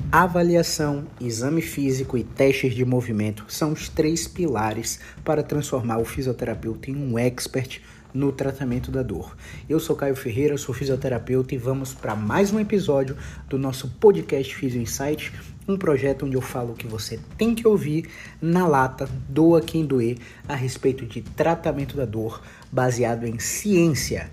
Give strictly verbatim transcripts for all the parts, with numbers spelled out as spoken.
Avaliação, exame físico e testes de movimento são os três pilares para transformar o fisioterapeuta em um expert no tratamento da dor. Eu sou Caio Ferreira, sou fisioterapeuta e vamos para mais um episódio do nosso podcast Physio Insight, um projeto onde eu falo o que você tem que ouvir na lata, doa quem doer, a respeito de tratamento da dor baseado em ciência.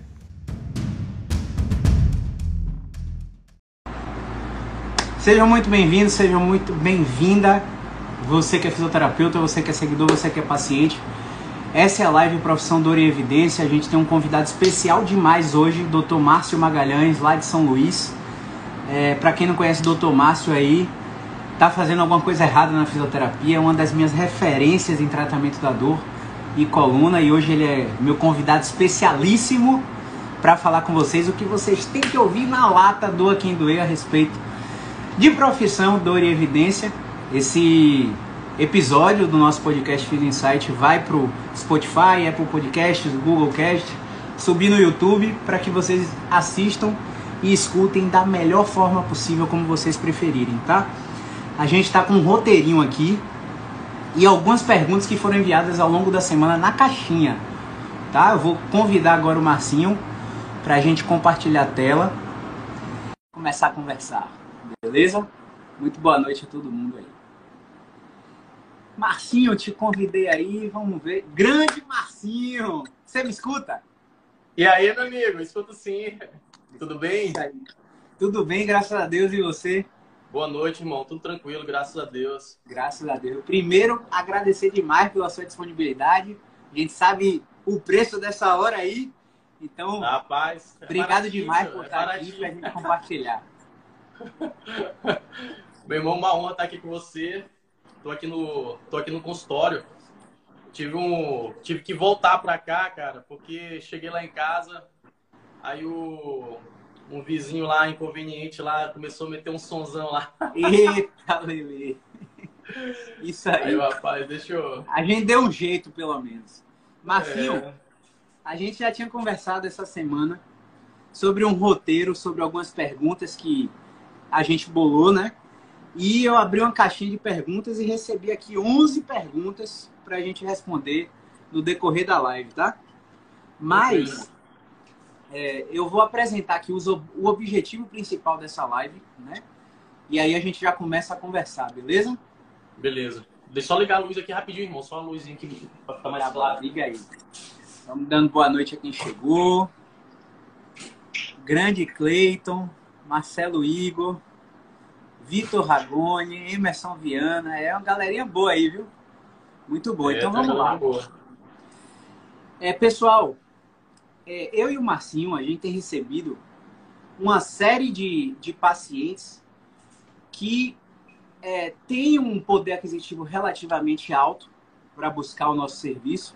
Sejam muito bem-vindos, sejam muito bem-vinda, você que é fisioterapeuta, você que é seguidor, você que é paciente. Essa é a live Profissão Dor e Evidência. A gente tem um convidado especial demais hoje, doutor Márcio Magalhães, lá de São Luís. É, para quem não conhece o doutor Márcio aí, tá fazendo alguma coisa errada na fisioterapia, é uma das minhas referências em tratamento da dor e coluna, e hoje ele é meu convidado especialíssimo para falar com vocês o que vocês têm que ouvir na lata, doa quem doer, a respeito de profissão, dor e evidência. Esse episódio do nosso podcast Physio Insight vai pro Spotify, Apple Podcasts, Google Cast, subir no YouTube para que vocês assistam e escutem da melhor forma possível, como vocês preferirem, tá? A gente está com um roteirinho aqui e algumas perguntas que foram enviadas ao longo da semana na caixinha, tá? Eu vou convidar agora o Marcinho para a gente compartilhar a tela e começar a conversar. Beleza? Muito boa noite a todo mundo aí. Marcinho, eu te convidei aí, vamos ver. Grande Marcinho! Você me escuta? E aí, meu amigo? Escuto sim. Tudo bem? Tudo bem, graças a Deus. E você? Boa noite, irmão. Tudo tranquilo, graças a Deus. Graças a Deus. Primeiro, agradecer demais pela sua disponibilidade. A gente sabe o preço dessa hora aí. Então, rapaz, é obrigado demais por é estar aqui pra gente compartilhar. Meu irmão, uma honra estar aqui com você. Tô aqui no, tô aqui no consultório. Tive, um, tive que voltar pra cá, cara, porque cheguei lá em casa, aí o, um vizinho lá, inconveniente lá, começou a meter um sonzão lá. Eita, Lelê. Isso aí. Aí, rapaz, deixa eu... A gente deu um jeito, pelo menos. Marcinho, É... a gente já tinha conversado essa semana sobre um roteiro, sobre algumas perguntas que a gente bolou, né? E eu abri uma caixinha de perguntas e recebi aqui onze perguntas para a gente responder no decorrer da live, tá? Mas é, eu vou apresentar aqui os, o objetivo principal dessa live, né? E aí a gente já começa a conversar, beleza? Beleza. Deixa eu só ligar a luz aqui rapidinho, irmão. Só a luzinha aqui para ficar mais Tá, claro. liga aí. Estamos dando boa noite a quem chegou. Grande Cleiton, Marcelo Igor, Vitor Ragone, Emerson Viana. É uma galerinha boa aí, viu? Muito boa. É, então tá vamos lá. boa. É, pessoal, é, eu e o Marcinho, a gente tem recebido uma série de, de pacientes que é, têm um poder aquisitivo relativamente alto para buscar o nosso serviço.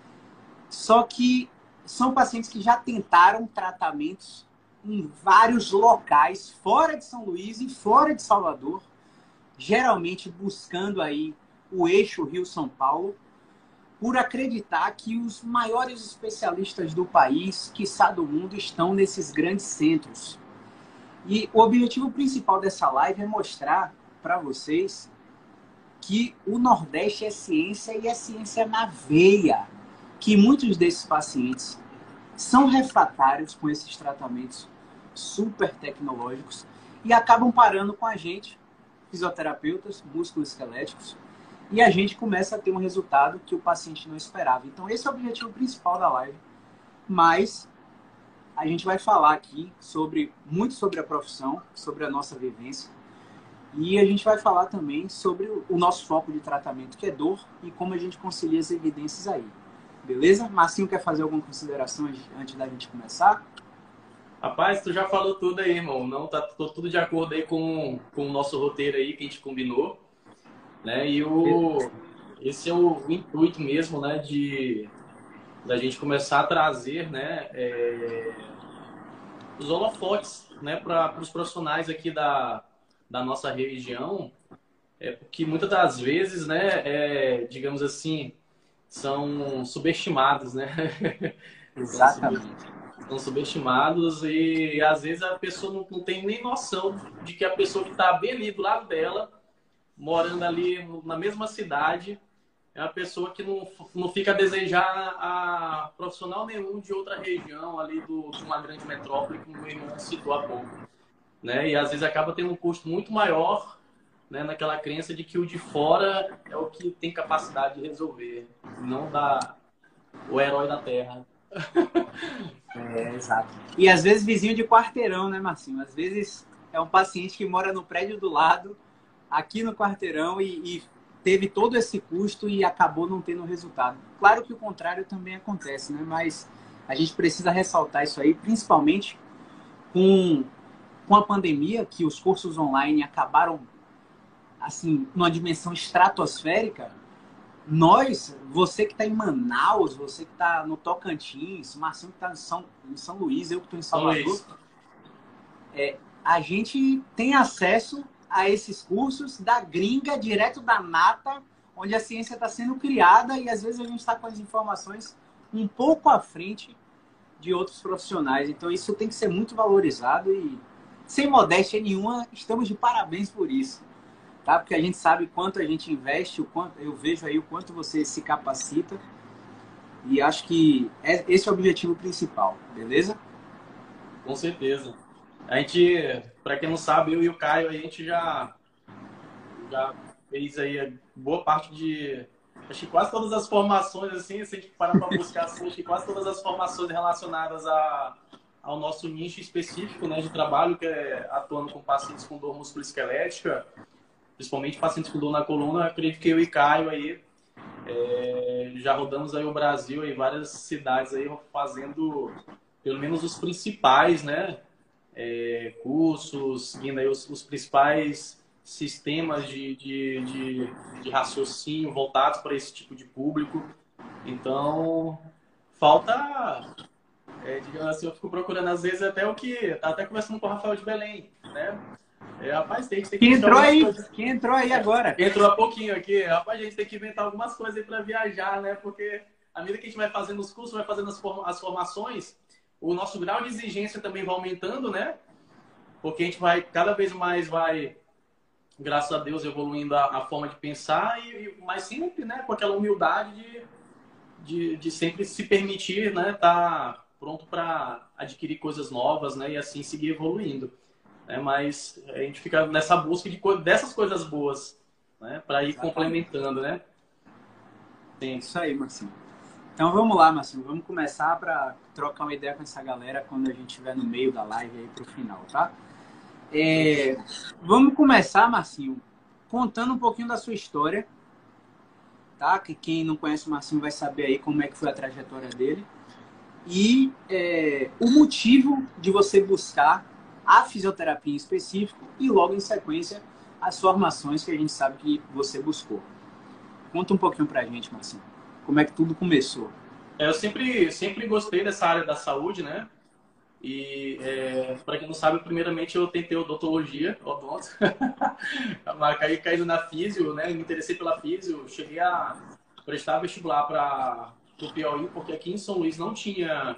Só que são pacientes que já tentaram tratamentos em vários locais, fora de São Luís e fora de Salvador, geralmente buscando aí o eixo Rio-São Paulo, por acreditar que os maiores especialistas do país, quiçá do mundo, estão nesses grandes centros. E o objetivo principal dessa live é mostrar para vocês que o Nordeste é ciência e é ciência na veia, que muitos desses pacientes são refratários com esses tratamentos super tecnológicos e acabam parando com a gente, fisioterapeutas, músculo-esqueléticos, e a gente começa a ter um resultado que o paciente não esperava. Então esse é o objetivo principal da live, mas a gente vai falar aqui sobre, muito sobre a profissão, sobre a nossa vivência, e a gente vai falar também sobre o nosso foco de tratamento, que é dor, e como a gente concilia as evidências aí. Beleza? Marcinho, quer fazer alguma consideração antes da gente começar? Rapaz, tu já falou tudo aí, irmão. Não, tá tô tudo de acordo aí com, com o nosso roteiro aí que a gente combinou, né? E o, esse é o intuito mesmo, né? De da gente começar a trazer, né? É, os holofotes, né? Para os profissionais aqui da, da nossa região, é porque muitas das vezes, né? É, digamos assim, são subestimados, né? Exatamente. São subestimados e às vezes a pessoa não, não tem nem noção de que a pessoa que está bem ali do lado dela, morando ali na mesma cidade, é a pessoa que não, não fica a desejar a profissional nenhum de outra região ali do, de uma grande metrópole, como o meu irmão citou há pouco. Né? E às vezes acaba tendo um custo muito maior, né, naquela crença de que o de fora é o que tem capacidade de resolver, não da, o herói da terra. É, exato. E às vezes vizinho de quarteirão, né, Marcinho? Às vezes é um paciente que mora no prédio do lado, aqui no quarteirão, e, e teve todo esse custo e acabou não tendo resultado. Claro que o contrário também acontece, né? Mas a gente precisa ressaltar isso aí, principalmente com, com a pandemia, que os cursos online acabaram, assim, numa dimensão estratosférica. Nós, você que está em Manaus, você que está no Tocantins, Marcinho que está em São, em São Luís, eu que estou em Salvador, é, a gente tem acesso a esses cursos da gringa, direto da nata, onde a ciência está sendo criada e às vezes a gente está com as informações um pouco à frente de outros profissionais. Então isso tem que ser muito valorizado e, sem modéstia nenhuma, estamos de parabéns por isso. Tá? Porque a gente sabe quanto a gente investe, o quanto, eu vejo aí o quanto você se capacita e acho que é, esse é o objetivo principal, beleza? Com certeza. A gente, para quem não sabe, eu e o Caio, a gente já, já fez aí boa parte de, acho que quase todas as formações, assim, se a gente parar para buscar, assim, acho que quase todas as formações relacionadas a, ao nosso nicho específico, né, de trabalho, que é atuando com pacientes com dor musculoesquelética, principalmente pacientes com dor na coluna. Acredito que eu e Caio aí é, já rodamos aí o Brasil aí várias cidades aí fazendo pelo menos os principais, né, é, cursos, seguindo aí os, os principais sistemas de, de, de, de raciocínio voltados para esse tipo de público. Então falta, é, digamos assim, eu fico procurando às vezes até o que tá até conversando com o Rafael de Belém, né? É, rapaz, tem, tem que Quem entrou aí? coisas. Quem entrou aí agora? Entrou há pouquinho aqui. Rapaz, a gente tem que inventar algumas coisas aí para viajar, né? Porque à medida que a gente vai fazendo os cursos, vai fazendo as, form as formações, o nosso grau de exigência também vai aumentando, né? Porque a gente vai, cada vez mais vai, graças a Deus, evoluindo a, a forma de pensar, e, e mas sempre, né, com aquela humildade de, de, de sempre se permitir, né, tá pronto para adquirir coisas novas, né, e assim seguir evoluindo. Né? Mas a gente fica nessa busca de co dessas coisas boas, né, para ir Exatamente. complementando, né? Sim. Isso aí, Marcinho. Então vamos lá, Marcinho, vamos começar para trocar uma ideia com essa galera quando a gente estiver no meio da live aí pro final, tá? É, vamos começar, Marcinho, contando um pouquinho da sua história, tá? Que quem não conhece o Marcinho vai saber aí como é que foi a trajetória dele e é, o motivo de você buscar a fisioterapia em específico e logo em sequência as formações que a gente sabe que você buscou. Conta um pouquinho pra gente, Marcinho, como é que tudo começou. Eu sempre, sempre gostei dessa área da saúde, né? E, é, para quem não sabe, primeiramente eu tentei odontologia, odonto. Caí caindo na físio, né? Me interessei pela físio. Cheguei a prestar vestibular para o Piauí, porque aqui em São Luís não tinha,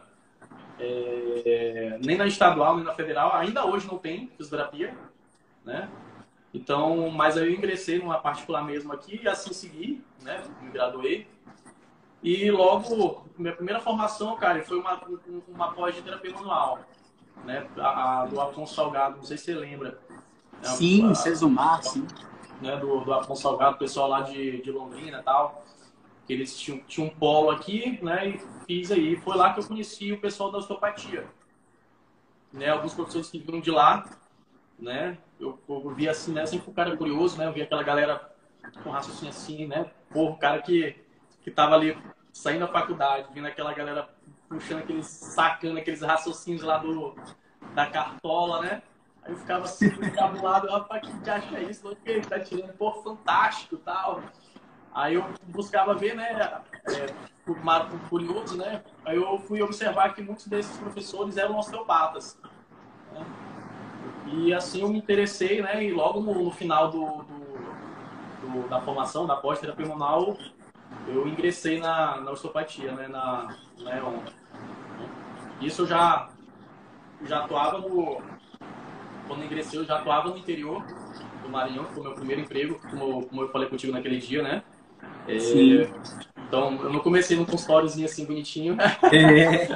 é, nem na estadual, nem na federal. Ainda hoje não tem fisioterapia, né? Então, mas aí eu ingressei numa particular mesmo aqui e assim segui, né? Me graduei. E logo, minha primeira formação, cara, foi uma, uma pós de terapia manual, né? A, a do Afonso Salgado, não sei se você lembra. Sim, Cesumar, sim. Né? Do, do Afonso Salgado, pessoal lá de, de Londrina e tal. Que eles tinham, tinham um polo aqui, né? E fiz aí. Foi lá que eu conheci o pessoal da osteopatia. Né? Alguns professores que vinham de lá, né? Eu, eu vi assim, né? Sempre um cara curioso, né? Eu vi aquela galera com raciocínio assim, né? Porra, o cara que, que tava ali saindo da faculdade, vendo aquela galera puxando aqueles, sacando aqueles raciocínios lá do, da cartola, né? Aí eu ficava assim, encabulado, rapaz, que acha isso? O que ele tá tirando? Pô, fantástico e tal. Aí eu buscava ver, né? É, por, por curioso, né? Aí eu fui observar que muitos desses professores eram osteopatas. Né? E assim eu me interessei, né? E logo no, no final do, do, do, da formação, da pós-terapia manual, eu ingressei na, na osteopatia, né? Na, na E O N. Né? Isso eu já, já atuava no... Quando eu ingressei, eu já atuava no interior do Maranhão, que foi o meu primeiro emprego, como, como eu falei contigo naquele dia, né? É, Sim. então, eu não comecei num consultóriozinho assim bonitinho. É.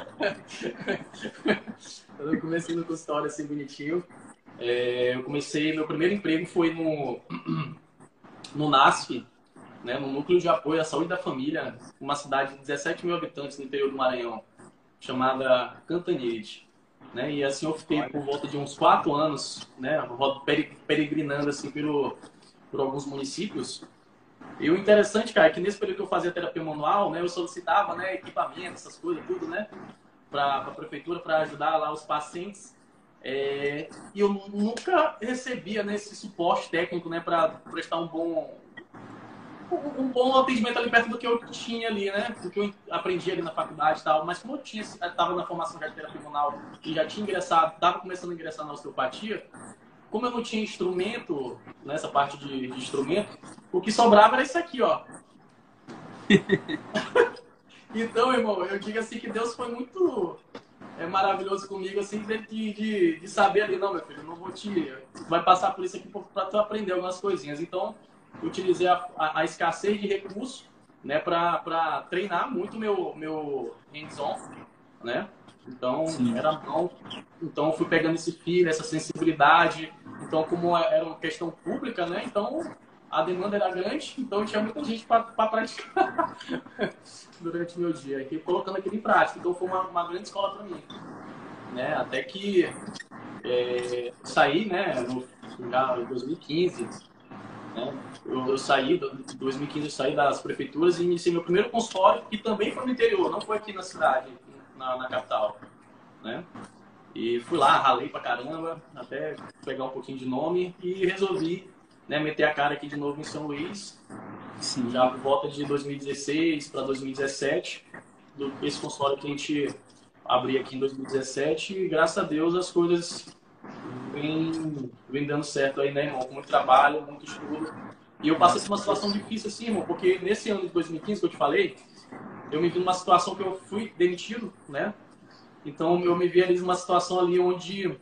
Eu não comecei no consultório assim bonitinho. É, eu comecei, meu primeiro emprego foi no, no NASF, né, no Núcleo de Apoio à Saúde da Família, uma cidade de dezessete mil habitantes no interior do Maranhão, chamada Cantanhede. Né? E assim eu fiquei por volta de uns quatro anos, né, peregrinando assim pelo, por alguns municípios. E o interessante, cara, é que nesse período que eu fazia terapia manual, né, eu solicitava, né, equipamento, essas coisas, tudo, né, para a prefeitura, para ajudar lá os pacientes. É, e eu nunca recebia, né, esse suporte técnico, né, para prestar um bom, um bom atendimento ali perto do que eu tinha ali, né, do que eu aprendi ali na faculdade e tal. Mas como eu tinha, estava na formação de terapia manual e já tinha ingressado, estava começando a ingressar na osteopatia, como eu não tinha instrumento, nessa parte de, de instrumento, o que sobrava era isso aqui, ó. Então, irmão, eu digo assim que Deus foi muito é, maravilhoso comigo, assim, de, de, de saber ali, não, meu filho, não vou te... Tu vai passar por isso aqui para tu aprender algumas coisinhas. Então, eu utilizei a, a, a escassez de recursos, né, para treinar muito meu, meu hands-on, né? Então, Sim. era bom. Então, eu fui pegando esse feeling, essa sensibilidade. Então, como era uma questão pública, né? Então, a demanda era grande. Então, tinha muita gente para praticar durante o meu dia. E colocando aquilo em prática. Então, foi uma, uma grande escola para mim. Né? Até que é, saí, né? No, já em dois mil e quinze. Né? Eu, eu saí, em dois mil e quinze, eu saí das prefeituras e iniciei meu primeiro consultório, que também foi no interior, não foi aqui na cidade. Na, na capital, né? E fui lá, ralei pra caramba, até pegar um pouquinho de nome e resolvi, né, meter a cara aqui de novo em São Luís. Sim. Já por volta de dois mil e dezesseis para dois mil e dezessete, do, esse consultório que a gente abriu aqui em dois mil e dezessete, e graças a Deus as coisas vêm, vêm dando certo aí, né, irmão? Com muito trabalho, muito estudo. E eu passei por uma situação difícil assim, irmão, porque nesse ano de dois mil e quinze que eu te falei, eu me vi numa situação que eu fui demitido, né? Então, eu me vi ali numa situação ali onde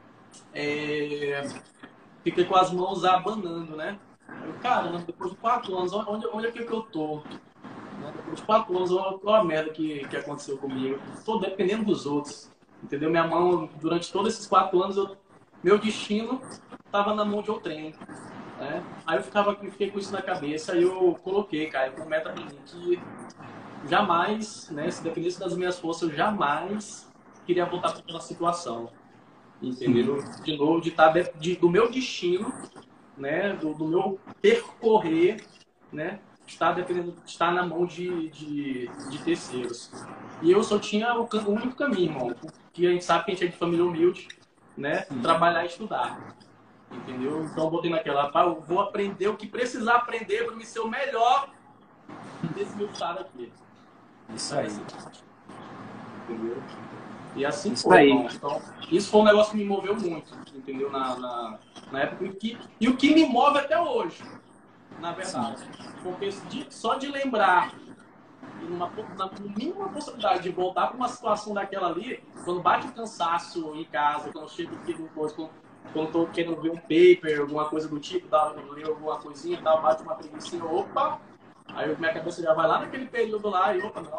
é, fiquei com as mãos abanando, né? Eu, caramba, depois de quatro anos, onde, onde é que eu tô? Né? Depois de quatro anos, olha a merda que, que aconteceu comigo. Estou dependendo dos outros, entendeu? Minha mão, durante todos esses quatro anos, eu, meu destino estava na mão de outrem. Né? Aí eu ficava, fiquei com isso na cabeça, aí eu coloquei, cara, como meta pra mim, que jamais, né, se dependesse das minhas forças, eu jamais queria voltar para aquela situação, entendeu? Sim. De novo, de estar de, de, do meu destino, né, do, do meu percorrer, né, estar dependendo, estar na mão de, de, de terceiros. E eu só tinha o, o único caminho, irmão, que a gente sabe que a gente é de família humilde, né, Sim. trabalhar e estudar, entendeu? Então eu botei naquela, pá, eu vou aprender o que precisar aprender para me ser o melhor desse meu estado aqui. Isso aí. Entendeu? E assim isso foi. Aí. Então, isso foi um negócio que me moveu muito, entendeu? Na, na, na época. E, que, e o que me move até hoje, na verdade. Sim. Porque de, só de lembrar, e numa, na mínima possibilidade de voltar para uma situação daquela ali, quando bate o cansaço em casa, quando eu chego aqui no coisa, quando, quando estou querendo ver um paper, alguma coisa do tipo, dá, ler alguma coisinha, dá, bate uma preguiça, opa! Aí minha cabeça já vai lá naquele período lá e opa, não.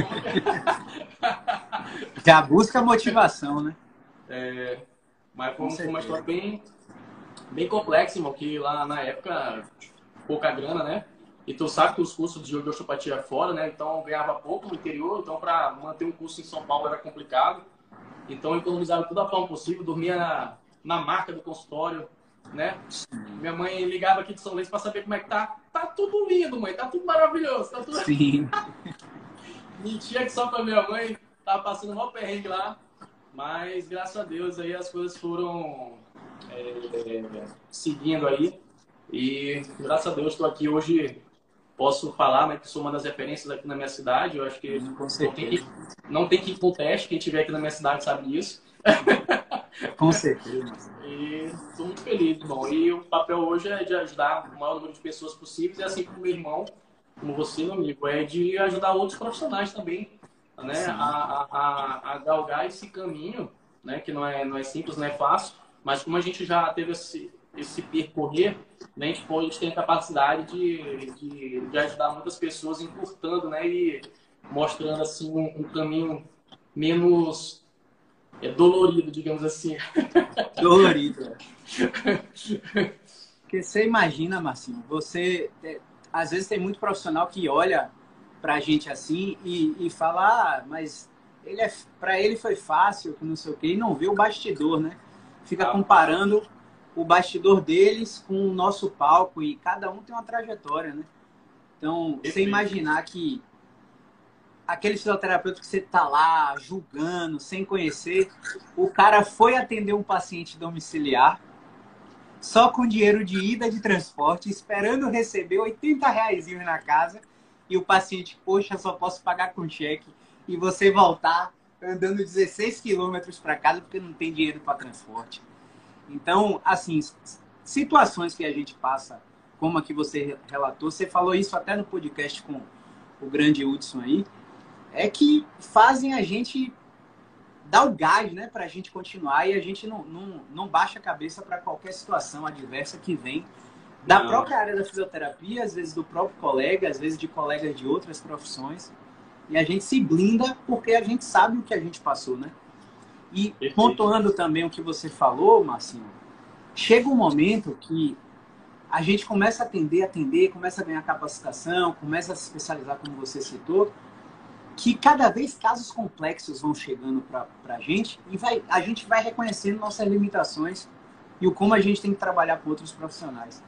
Já busca motivação, né? É, mas foi, foi uma história bem, bem complexa, irmão, que lá na época, pouca grana, né? E tu sabe que os cursos de osteopatia é fora, né? Então eu ganhava pouco no interior, então para manter um curso em São Paulo era complicado. Então eu economizava toda a forma possível, dormia na, na marca do consultório, né? Minha mãe ligava aqui de São Luís para saber como é que tá. Tá tudo lindo, mãe, tá tudo maravilhoso, tá tudo... Sim. Mentia que só pra minha mãe, tava passando um maior perrengue lá. Mas, graças a Deus, aí as coisas foram é, seguindo aí. E, graças a Deus, estou aqui hoje, posso falar, né, que sou uma das referências aqui na minha cidade. Eu acho que, hum, não, tem que não tem que ir com teste, quem estiver aqui na minha cidade sabe disso. Com certeza. E estou muito feliz, irmão. E o papel hoje é de ajudar o maior número de pessoas possíveis, e assim como meu irmão, como você, meu amigo, é de ajudar outros profissionais também, né, a, a, a, a galgar esse caminho, né, que não é, não é simples, não é fácil, mas como a gente já teve esse, esse percorrer, né, a, gente pode, a gente tem a capacidade de, de, de ajudar muitas pessoas encurtando, né, e mostrando assim, um, um caminho menos é, dolorido, digamos assim. Dolorido. Porque você imagina, Marcinho, você... É, às vezes tem muito profissional que olha pra gente assim e, e fala, ah, mas ele é, pra ele foi fácil, que não sei o quê, e não vê o bastidor, né? Fica comparando o bastidor deles com o nosso palco e cada um tem uma trajetória, né? Então, você imaginar que aquele fisioterapeuta que você tá lá julgando, sem conhecer, o cara foi atender um paciente domiciliar só com dinheiro de ida de transporte, esperando receber oitenta reais na casa, e o paciente, poxa, só posso pagar com cheque, e você voltar andando dezesseis quilômetros para casa porque não tem dinheiro para transporte. Então, assim, situações que a gente passa, como a que você relatou, você falou isso até no podcast com o grande Hudson aí, é que fazem a gente dar o gás, né, para a gente continuar, e a gente não, não, não baixa a cabeça para qualquer situação adversa que vem da não. própria área da fisioterapia, às vezes do próprio colega, às vezes de colegas de outras profissões, e a gente se blinda porque a gente sabe o que a gente passou, né? E Perfeito. Pontuando também o que você falou, Marcinho, chega um momento que a gente começa a atender, atender, começa a ganhar capacitação, começa a se especializar, como você citou, que cada vez casos complexos vão chegando para a gente e vai, a gente vai reconhecendo nossas limitações e o como a gente tem que trabalhar com outros profissionais.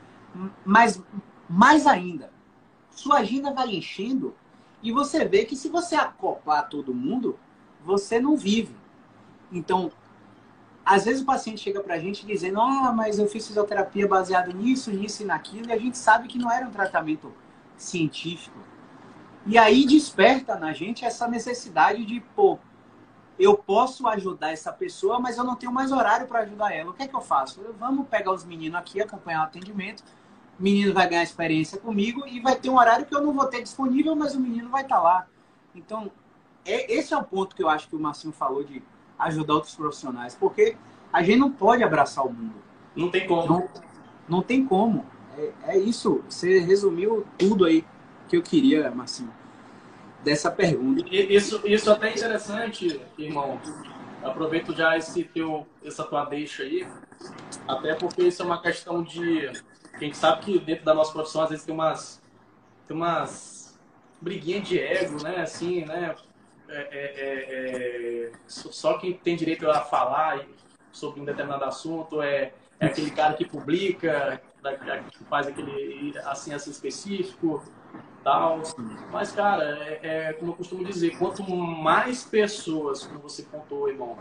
Mas, mais ainda, sua agenda vai enchendo e você vê que se você acoplar todo mundo, você não vive. Então, às vezes o paciente chega para a gente dizendo, ah, mas eu fiz fisioterapia baseado nisso, nisso e naquilo, e a gente sabe que não era um tratamento científico. E aí desperta na gente essa necessidade de, pô, eu posso ajudar essa pessoa, mas eu não tenho mais horário para ajudar ela. O que é que eu faço? Eu, vamos pegar os meninos aqui, acompanhar o atendimento, o menino vai ganhar experiência comigo e vai ter um horário que eu não vou ter disponível, mas o menino vai estar lá. Então, é, esse é o ponto que eu acho que o Marcinho falou de ajudar outros profissionais, porque a gente não pode abraçar o mundo. Não tem como. Não, não tem como. É, é isso. Você resumiu tudo aí que eu queria, Marcinho, dessa pergunta. Isso, isso até é interessante, irmão. Aproveito já esse teu, essa tua deixa aí, até porque isso é uma questão de... A gente sabe que dentro da nossa profissão, às vezes, tem umas, tem umas briguinhas de ego, né? Assim, né? É, é, é, só quem tem direito a falar sobre um determinado assunto é, é aquele cara que publica, que faz aquele assim, assim específico, tal. Mas, cara, é, é como eu costumo dizer, quanto mais pessoas, como você pontuou, irmão,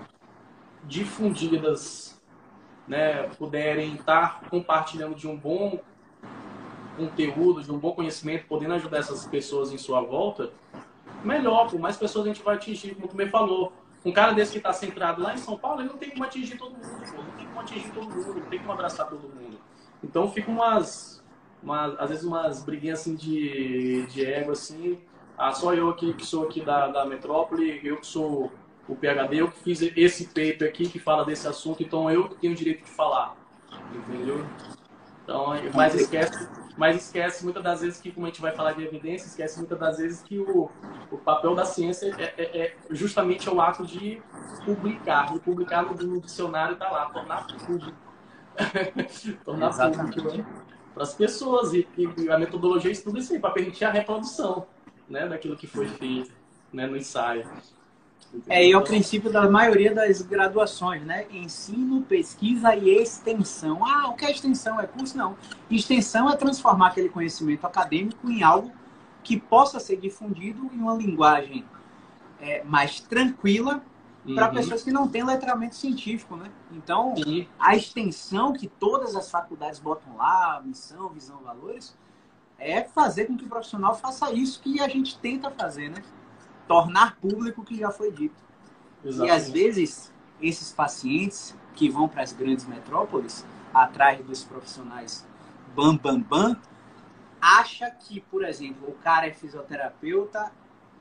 difundidas, né, puderem estar compartilhando de um bom conteúdo, de um bom conhecimento, podendo ajudar essas pessoas em sua volta, melhor, por mais pessoas a gente vai atingir, como tu me falou. Um cara desse que está centrado lá em São Paulo, ele não tem como atingir todo mundo, pô. Não tem como atingir todo mundo, não tem como abraçar todo mundo. Então fica umas, umas às vezes umas briguinhas assim de, de ego, assim. Ah, só eu aqui que sou aqui da, da metrópole, eu que sou o PhD, eu que fiz esse paper aqui que fala desse assunto, então eu que tenho o direito de falar. Entendeu? Então, mas esquece, mas esquece muitas das vezes que, como a gente vai falar de evidência, esquece muitas das vezes que o, o papel da ciência é, é, é justamente o ato de publicar. De publicar no, no dicionário está lá, tornar público. tornar Exatamente. Público, né? Para as pessoas. E, e a metodologia estuda isso aí, para permitir a reprodução, né, daquilo que foi feito, né, no ensaio. É, e é o princípio da maioria das graduações, né? Ensino, pesquisa e extensão. Ah, o que é extensão? É curso? Não. Extensão é transformar aquele conhecimento acadêmico em algo que possa ser difundido em uma linguagem é, mais tranquila para uhum. pessoas que não têm letramento científico, né? Então, Sim. a extensão que todas as faculdades botam lá, missão, visão, valores, é fazer com que o profissional faça isso que a gente tenta fazer, né? Tornar público o que já foi dito. Exatamente. E às vezes, esses pacientes que vão para as grandes metrópoles, atrás dos profissionais bam, bam, bam, acha que, por exemplo, o cara é fisioterapeuta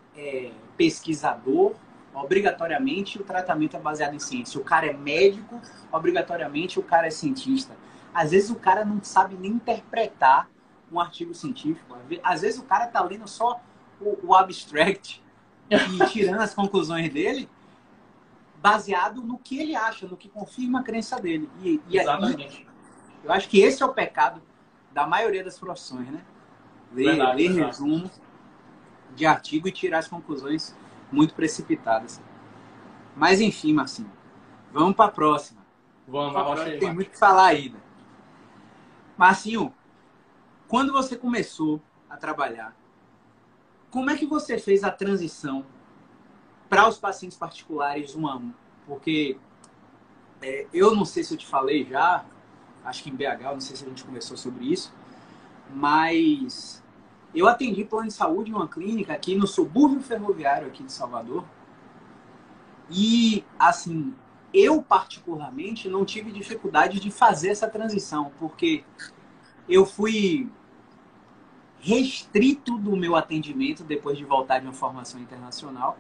é pesquisador, obrigatoriamente o tratamento é baseado em ciência. Se o cara é médico, obrigatoriamente o cara é cientista. Às vezes o cara não sabe nem interpretar um artigo científico. Às vezes o cara tá lendo só o, o abstract e tirando as conclusões dele baseado no que ele acha, no que confirma a crença dele. E, e Exatamente. Aí, eu acho que esse é o pecado da maioria das profissões, né? Ler, Verdade, ler verdade. resumo de artigo e tirar as conclusões muito precipitadas. Mas enfim, Marcinho, vamos para a próxima. Vamos, Pra arrocha próxima, aí, tem Marcos. muito o que falar ainda. Marcinho, quando você começou a trabalhar, como é que você fez a transição para os pacientes particulares um a um? Porque é, eu não sei se eu te falei já, acho que em B H, não sei se a gente conversou sobre isso, mas eu atendi plano de saúde em uma clínica aqui no subúrbio ferroviário aqui de Salvador. E, assim, eu particularmente não tive dificuldade de fazer essa transição, porque eu fui restrito do meu atendimento depois de voltar de uma formação internacional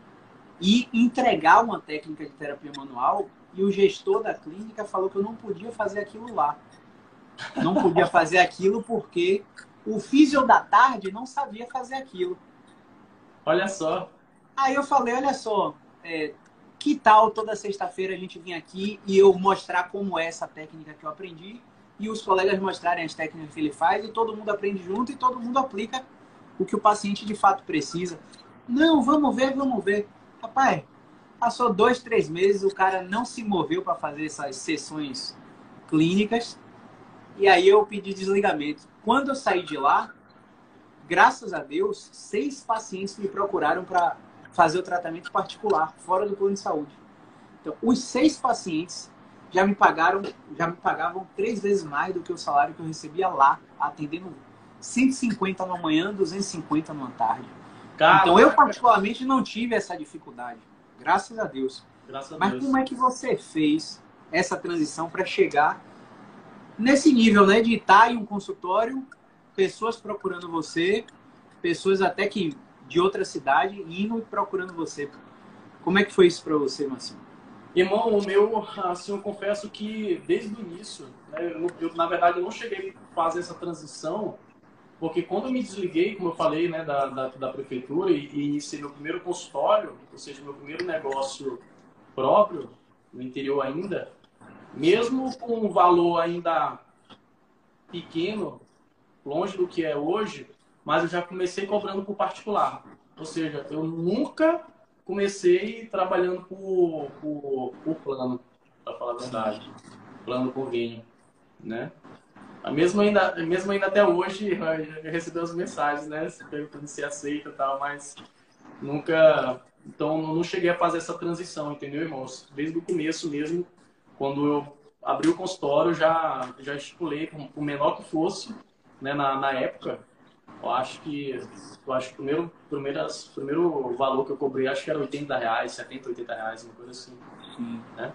e entregar uma técnica de terapia manual, e o gestor da clínica falou que eu não podia fazer aquilo lá. Não podia fazer aquilo porque o fisio da tarde não sabia fazer aquilo. Olha só. Aí eu falei, olha só, é, que tal toda sexta-feira a gente vir aqui e eu mostrar como é essa técnica que eu aprendi e os colegas mostrarem as técnicas que ele faz e todo mundo aprende junto e todo mundo aplica o que o paciente de fato precisa. Não, vamos ver, vamos ver. Rapaz, passou dois, três meses, o cara não se moveu para fazer essas sessões clínicas e aí eu pedi desligamento. Quando eu saí de lá, graças a Deus, seis pacientes me procuraram para fazer o tratamento particular, fora do plano de saúde. Então, os seis pacientes já me pagaram, já me pagavam três vezes mais do que o salário que eu recebia lá, atendendo cento e cinquenta na manhã, duzentos e cinquenta numa tarde. Caraca. Então, eu particularmente não tive essa dificuldade, graças a Deus. Graças a Mas Deus. como é que você fez essa transição para chegar nesse nível, né, de estar em um consultório, pessoas procurando você, pessoas até que de outra cidade indo e procurando você? Como é que foi isso para você, Marcinho? Irmão, o meu, assim, eu confesso que desde o início, né, eu, eu, na verdade, eu não cheguei a fazer essa transição, porque quando eu me desliguei, como eu falei, né, da, da, da prefeitura e, e iniciei meu primeiro consultório, ou seja, meu primeiro negócio próprio, no interior ainda, mesmo com um valor ainda pequeno, longe do que é hoje, mas eu já comecei cobrando por particular. Ou seja, eu nunca comecei trabalhando por, por, por plano, para falar a verdade. Plano convênio, né? Mesmo ainda, mesmo ainda até hoje, eu recebi as mensagens, né? Perguntando se aceita e tal, mas nunca... Então, não cheguei a fazer essa transição, entendeu, irmãos? Desde o começo mesmo, quando eu abri o consultório, já, já estipulei, o menor que fosse, né, na, na época, eu acho que eu acho que o primeiro, primeiras, primeiro valor que eu cobrei, acho que era oitenta reais, setenta, oitenta reais, uma coisa assim. Sim. Né?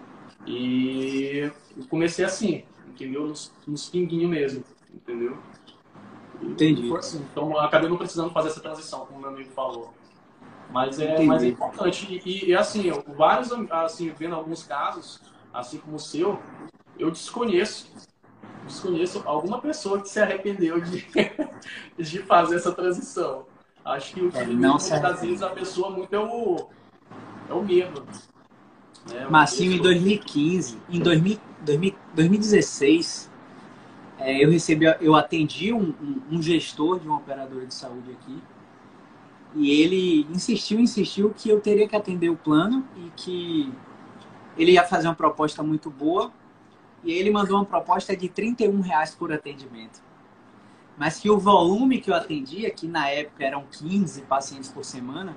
E eu comecei assim, entendeu? Nos, nos pinguinhos mesmo, entendeu? E Entendi. foi assim. Então, eu acabei não precisando fazer essa transição, como meu amigo falou. Mas é, mas é importante. E, e assim, eu, vários, assim, vendo alguns casos, assim como o seu, eu desconheço, desconheço alguma pessoa que se arrependeu de, de fazer essa transição. Acho que o que É, limita não muitas das vezes a pessoa muito é o, é o medo. Né? Marcinho, em dois mil e quinze, em dois mil, dois mil, dois mil e dezesseis, é, eu recebi, eu atendi um, um, um gestor de uma operadora de saúde aqui e ele insistiu, insistiu que eu teria que atender o plano e que ele ia fazer uma proposta muito boa e ele mandou uma proposta de trinta e um reais por atendimento. Mas que o volume que eu atendia, que na época eram quinze pacientes por semana,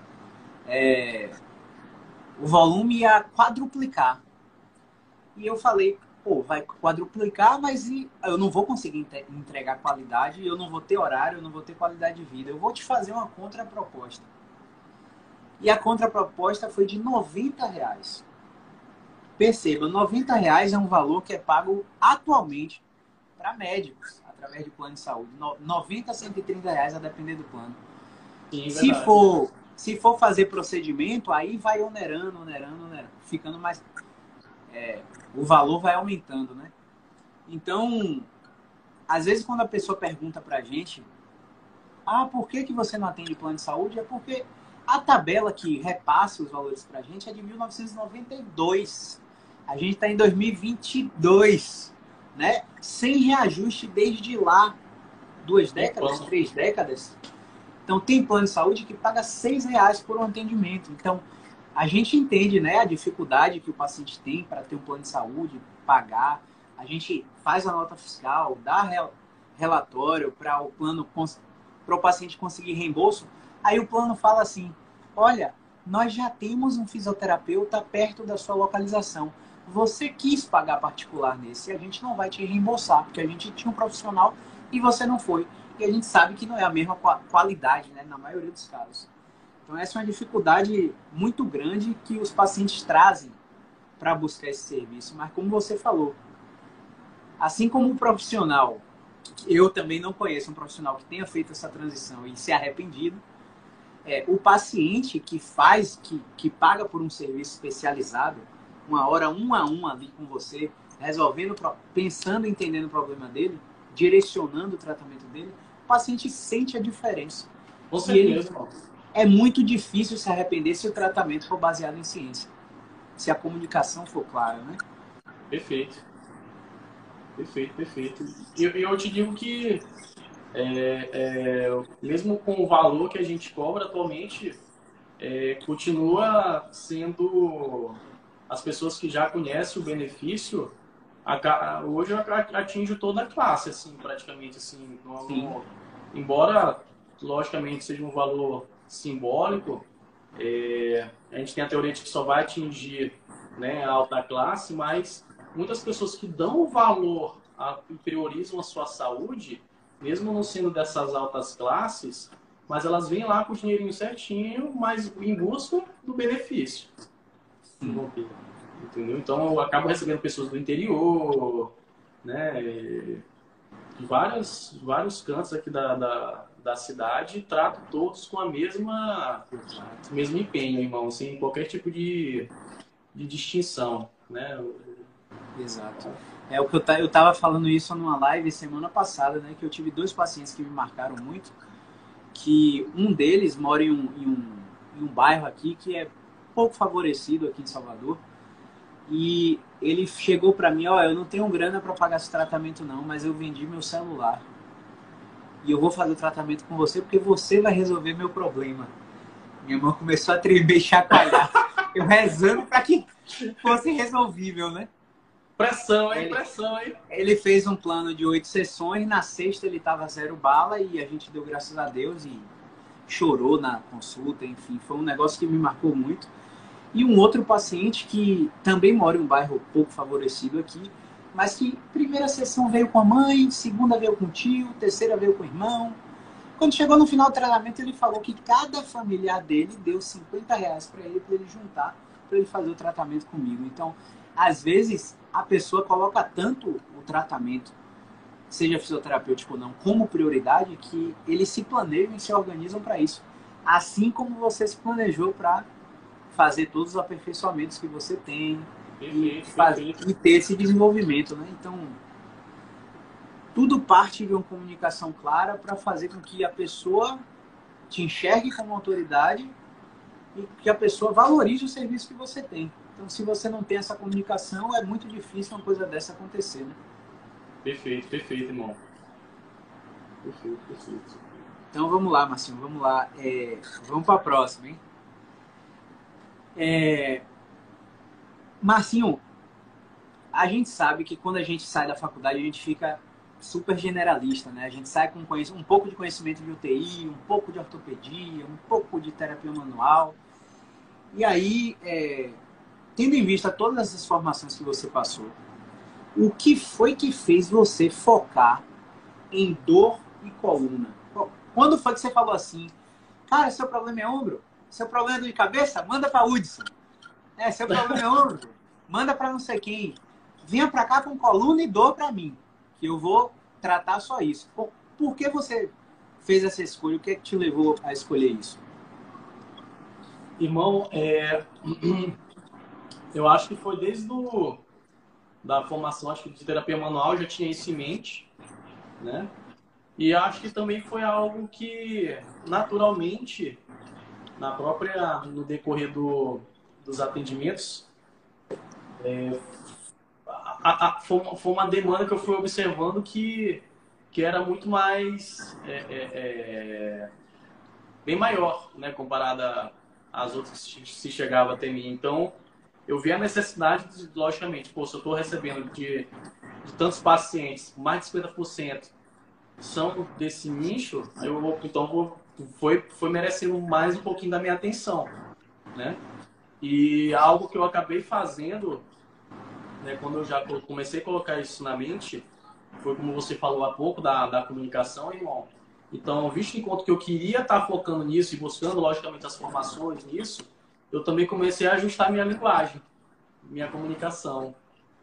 é, o volume ia quadruplicar. E eu falei, pô, vai quadruplicar, mas eu não vou conseguir entregar qualidade, eu não vou ter horário, eu não vou ter qualidade de vida. Eu vou te fazer uma contraproposta. E a contraproposta foi de noventa reais. Perceba, noventa reais é um valor que é pago atualmente para médicos, através de plano de saúde. noventa a cento e trinta reais a depender do plano. Sim, se, for, Se for fazer procedimento, aí vai onerando, onerando, onerando, ficando mais... É, o valor vai aumentando, né? Então, às vezes quando a pessoa pergunta pra gente, ah, por que, que você não atende plano de saúde? É porque a tabela que repassa os valores pra gente é de mil novecentos e noventa e dois. A gente está em dois mil e vinte e dois, né? Sem reajuste desde lá. Duas décadas, três décadas. Então, tem plano de saúde que paga seis reais por um atendimento. Então, a gente entende, né, a dificuldade que o paciente tem para ter um plano de saúde, pagar. A gente faz a nota fiscal, dá relatório para o plano, para o paciente conseguir reembolso. Aí o plano fala assim, olha, nós já temos um fisioterapeuta perto da sua localização. Você quis pagar particular nesse, a gente não vai te reembolsar, porque a gente tinha um profissional e você não foi. E a gente sabe que não é a mesma qualidade, né, na maioria dos casos. Então essa é uma dificuldade muito grande que os pacientes trazem para buscar esse serviço. Mas como você falou, assim como o profissional, eu também não conheço um profissional que tenha feito essa transição e se arrependido, é, o paciente que faz, que, que paga por um serviço especializado, uma hora um a um ali com você, resolvendo, pensando, entendendo o problema dele, direcionando o tratamento dele, o paciente sente a diferença. Com certeza. É muito difícil se arrepender se o tratamento for baseado em ciência. Se a comunicação for clara, né? Perfeito. Perfeito, perfeito. E eu, eu te digo que é, é, mesmo com o valor que a gente cobra atualmente, é, continua sendo as pessoas que já conhecem o benefício, a, hoje eu atinjo toda a classe, assim, praticamente, assim, no, no, embora logicamente seja um valor simbólico, é, a gente tem a teoria de que só vai atingir, né, a alta classe, mas muitas pessoas que dão valor a, e priorizam a sua saúde, mesmo não sendo dessas altas classes, mas elas vêm lá com o dinheirinho certinho, mas em busca do benefício. Sim. Entendeu? Então eu acabo recebendo pessoas do interior, né, de vários, vários cantos aqui da, da, da cidade, e trato todos com a mesma, o mesmo empenho, irmão, sem qualquer tipo de, de distinção, né? Exato. É o que eu, eu tava falando isso numa live semana passada, né, que eu tive dois pacientes que me marcaram muito, que um deles mora em um, em um, em um bairro aqui que é pouco favorecido aqui em Salvador, e ele chegou para mim, ó, oh, eu não tenho grana para pagar esse tratamento não, mas eu vendi meu celular e eu vou fazer o tratamento com você porque você vai resolver meu problema. Minha mão começou a tremer e chacoalhar, eu rezando para que fosse resolvível, né? Pressão, hein? Ele, Pressão, hein? Ele fez um plano de oito sessões, na sexta ele tava zero bala e a gente deu graças a Deus e chorou na consulta, enfim, foi um negócio que me marcou muito. E um outro paciente que também mora em um bairro pouco favorecido aqui, mas que primeira sessão veio com a mãe, segunda veio com o tio, terceira veio com o irmão. Quando chegou no final do tratamento, ele falou que cada familiar dele deu cinquenta reais para ele, para ele juntar, para ele fazer o tratamento comigo. Então, às vezes, a pessoa coloca tanto o tratamento, seja fisioterapêutico ou não, como prioridade, que eles se planejam e se organizam para isso. Assim como você se planejou para fazer todos os aperfeiçoamentos que você tem e, fazer, e ter esse desenvolvimento, né? Então, tudo parte de uma comunicação clara para fazer com que a pessoa te enxergue como autoridade e que a pessoa valorize o serviço que você tem. Então, se você não tem essa comunicação, é muito difícil uma coisa dessa acontecer, né? Perfeito, perfeito, irmão. Perfeito, perfeito. Então, vamos lá, Marcinho, vamos lá. É, vamos para a próxima, hein? É... Marcinho, a gente sabe que quando a gente sai da faculdade, a gente fica super generalista, né? A gente sai com um pouco de conhecimento de U T I, um pouco de ortopedia, um pouco de terapia manual. E aí, é... tendo em vista todas essas formações que você passou, o que foi que fez você focar em dor e coluna? Quando foi que você falou assim, cara, seu problema é ombro? Seu problema é dor de cabeça? Manda para Hudson. É, seu problema é ombro? Manda para não sei quem. Venha para cá com coluna e dor para mim, que eu vou tratar só isso. Por que você fez essa escolha? O que é que te levou a escolher isso? Irmão, é... eu acho que foi desde do... da formação, acho que de terapia manual, eu já tinha isso em mente, né? E acho que também foi algo que, naturalmente, na própria, no decorrer do, dos atendimentos, é, a, a, foi, uma, foi uma demanda que eu fui observando que, que era muito mais, é, é, é, bem maior, né, comparada às outras que se chegava até mim. Então, eu vi a necessidade, de, logicamente, pô, se eu estou recebendo de, de tantos pacientes, mais de cinquenta por cento são desse nicho, eu vou, então vou, foi, foi merecendo mais um pouquinho da minha atenção, né? E algo que eu acabei fazendo, né, quando eu já comecei a colocar isso na mente, foi como você falou há pouco da, da comunicação, irmão. Então, visto em conta que eu queria estar focando nisso e buscando, logicamente, as formações nisso, eu também comecei a ajustar minha linguagem, minha comunicação,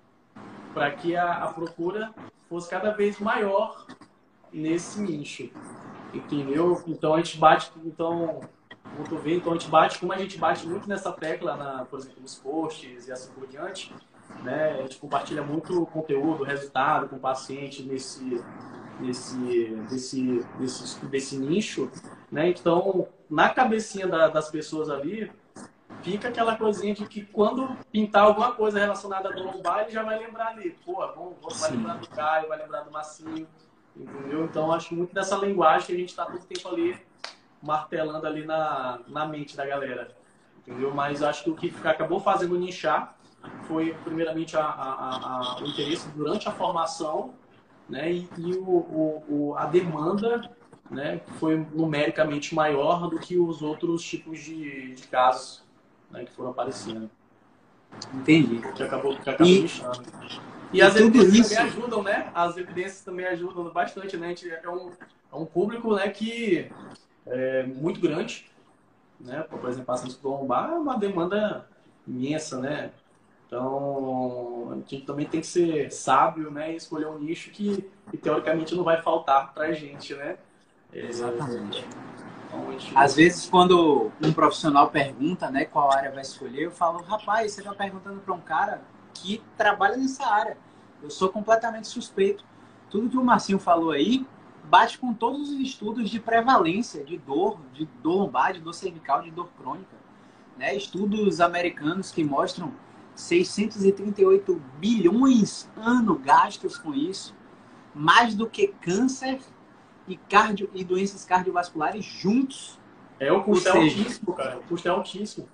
para que a, a procura fosse cada vez maior nesse nicho, entendeu? Então a gente bate, então, como tu vê, então a gente bate, como a gente bate muito nessa tecla, na, por exemplo, nos posts e assim por diante, né? A gente compartilha muito conteúdo, resultado com o paciente nesse, nesse, nesse, nesse, desse nicho, né? Então, na cabecinha da, das pessoas ali, fica aquela coisinha de que quando pintar alguma coisa relacionada a dor lombar, ele já vai lembrar ali, pô, vamos, vamos, vai lembrar do Caio, vai lembrar do Marcinho. Entendeu? Então, acho muito dessa linguagem que a gente está todo tempo ali martelando ali na, na mente da galera. Entendeu? Mas acho que o que acabou fazendo nichar foi, primeiramente, a, a, a, o interesse durante a formação, né? E, e o, o, o, a demanda, né? Que foi numericamente maior do que os outros tipos de, de casos, né? Que foram aparecendo. Entendi. Que acabou, que acabou E, nichando. E, e as evidências isso... também ajudam, né? As evidências também ajudam bastante, né? A gente é um, é um público, né, que é muito grande, né? Por exemplo, pacientes com lombar é uma demanda imensa, né? Então, a gente também tem que ser sábio, né? E escolher um nicho que, que teoricamente não vai faltar pra gente, né? É, Exatamente. então, gente... Às vezes, quando um profissional pergunta, né, qual área vai escolher, eu falo, rapaz, você está perguntando para um cara que trabalha nessa área. Eu sou completamente suspeito. Tudo que o Marcinho falou aí bate com todos os estudos de prevalência de dor, de dor lombar, de dor cervical, de dor crônica. Né? Estudos americanos que mostram seiscentos e trinta e oito bilhões ano gastos com isso, mais do que câncer e, cardio, e doenças cardiovasculares juntos. É, o custo Ou é seja, altíssimo, cara. O custo é altíssimo.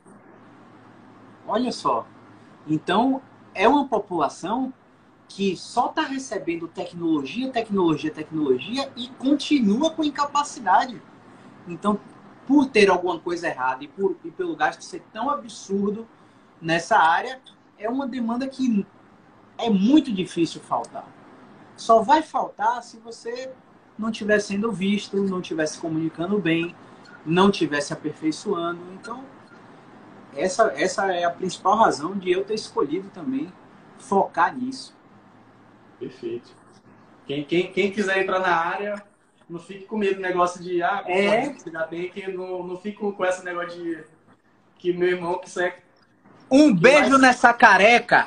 Olha só. Então, é uma população que só está recebendo tecnologia, tecnologia, tecnologia e continua com incapacidade. Então, por ter alguma coisa errada e, por, e pelo gasto ser tão absurdo nessa área, é uma demanda que é muito difícil faltar. Só vai faltar se você não estiver sendo visto, não estiver se comunicando bem, não estiver se aperfeiçoando. Então, essa, essa é a principal razão de eu ter escolhido também focar nisso. Perfeito. Quem, quem, quem quiser entrar na área, não fique com medo do negócio de, ah, É. você já tem que, não, não fique com esse negócio de que meu irmão que segue. Um beijo mais... nessa careca!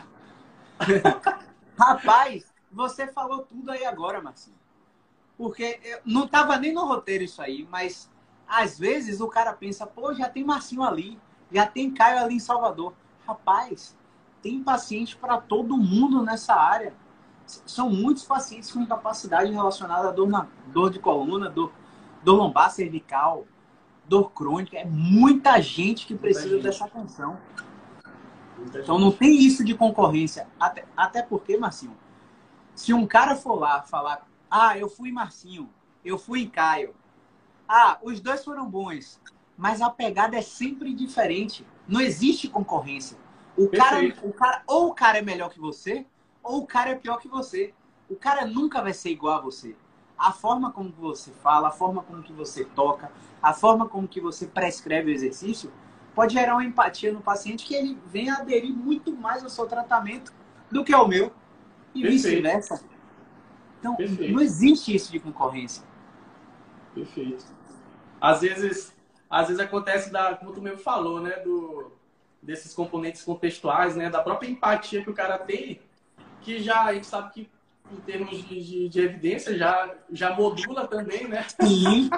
Rapaz, você falou tudo aí agora, Marcinho. Porque não estava nem no roteiro isso aí, mas às vezes o cara pensa, pô, já tem Marcinho ali, já tem Caio ali em Salvador. Rapaz, tem paciente para todo mundo nessa área. São muitos pacientes com incapacidade relacionada a dor, na, dor de coluna, dor, dor lombar, cervical, dor crônica. É muita gente que precisa gente. dessa atenção. Muita então gente. Não tem isso de concorrência. Até, até porque, Marcinho, se um cara for lá falar, ah, eu fui em Marcinho, eu fui em Caio. Ah, os dois foram bons, mas a pegada é sempre diferente. Não existe concorrência. O cara, o cara, ou o cara é melhor que você, ou o cara é pior que você. O cara nunca vai ser igual a você. A forma como você fala, a forma como que você toca, a forma como que você prescreve o exercício, pode gerar uma empatia no paciente que ele venha aderir muito mais ao seu tratamento do que ao meu. E vice-versa. Então, Perfeito. Não existe isso de concorrência. Perfeito. Às vezes, às vezes acontece, da, como tu mesmo falou, né? Do, desses componentes contextuais, né? Da própria empatia que o cara tem, que já a gente sabe que, em termos de, de, de evidência, já, já modula também, né? Sim,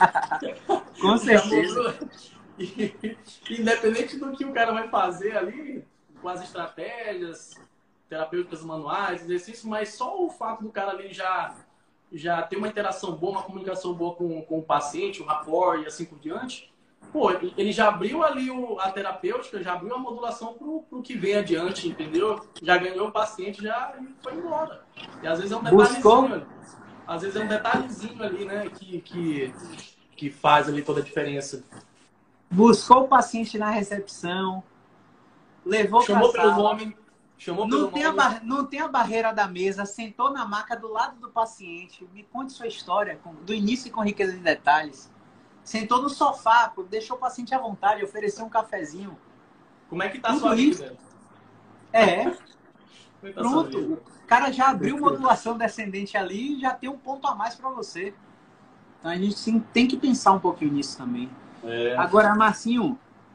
com Já certeza. modula. E, independente do que o cara vai fazer ali, com as estratégias terapêuticas manuais, exercícios, mas só o fato do cara ali já, já ter uma interação boa, uma comunicação boa com, com o paciente, o rapport e assim por diante, pô, ele já abriu ali o, a terapêutica, já abriu a modulação pro, pro que vem adiante, entendeu? Já ganhou o paciente, já e foi embora. E às vezes é um Buscou, detalhezinho ali. Às vezes é um detalhezinho ali, né, que, que, que faz ali toda a diferença. buscou o paciente na recepção, levou para a Chamou pelo sala, nome, chamou não pelo tem, a nome. bar... não tem a barreira da mesa, sentou na maca do lado do paciente, me conte sua história, com... do início e com riqueza de detalhes. Sentou no sofá, deixou o paciente à vontade, ofereceu um cafezinho. Como é que tá a Tudo sua isso. vida? É, Como é que tá a sua pronto. vida? O cara já abriu modulação descendente ali e já tem um ponto a mais para você. Então a gente sim, tem que pensar um pouquinho nisso também. É. Agora, Marcinho,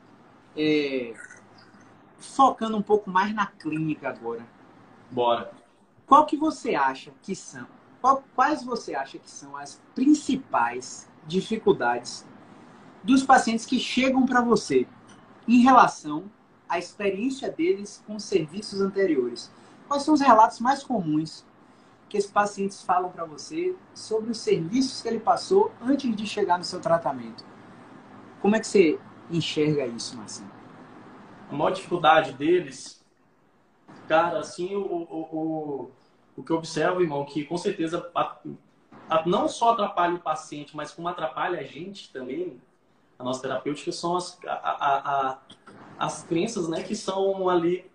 é... focando um pouco mais na clínica agora. Bora. Qual que você acha que são? Qual, quais você acha que são as principais dificuldades dos pacientes que chegam para você em relação à experiência deles com serviços anteriores? Quais são os relatos mais comuns que esses pacientes falam para você sobre os serviços que ele passou antes de chegar no seu tratamento? Como é que você enxerga isso, Marcinho? A maior dificuldade deles, cara, assim, o, o, o, o que eu observo, irmão, que com certeza a, a, não só atrapalha o paciente, mas como atrapalha a gente também, a nossa terapêutica, são as, a, a, a, as crenças, né, que são ali,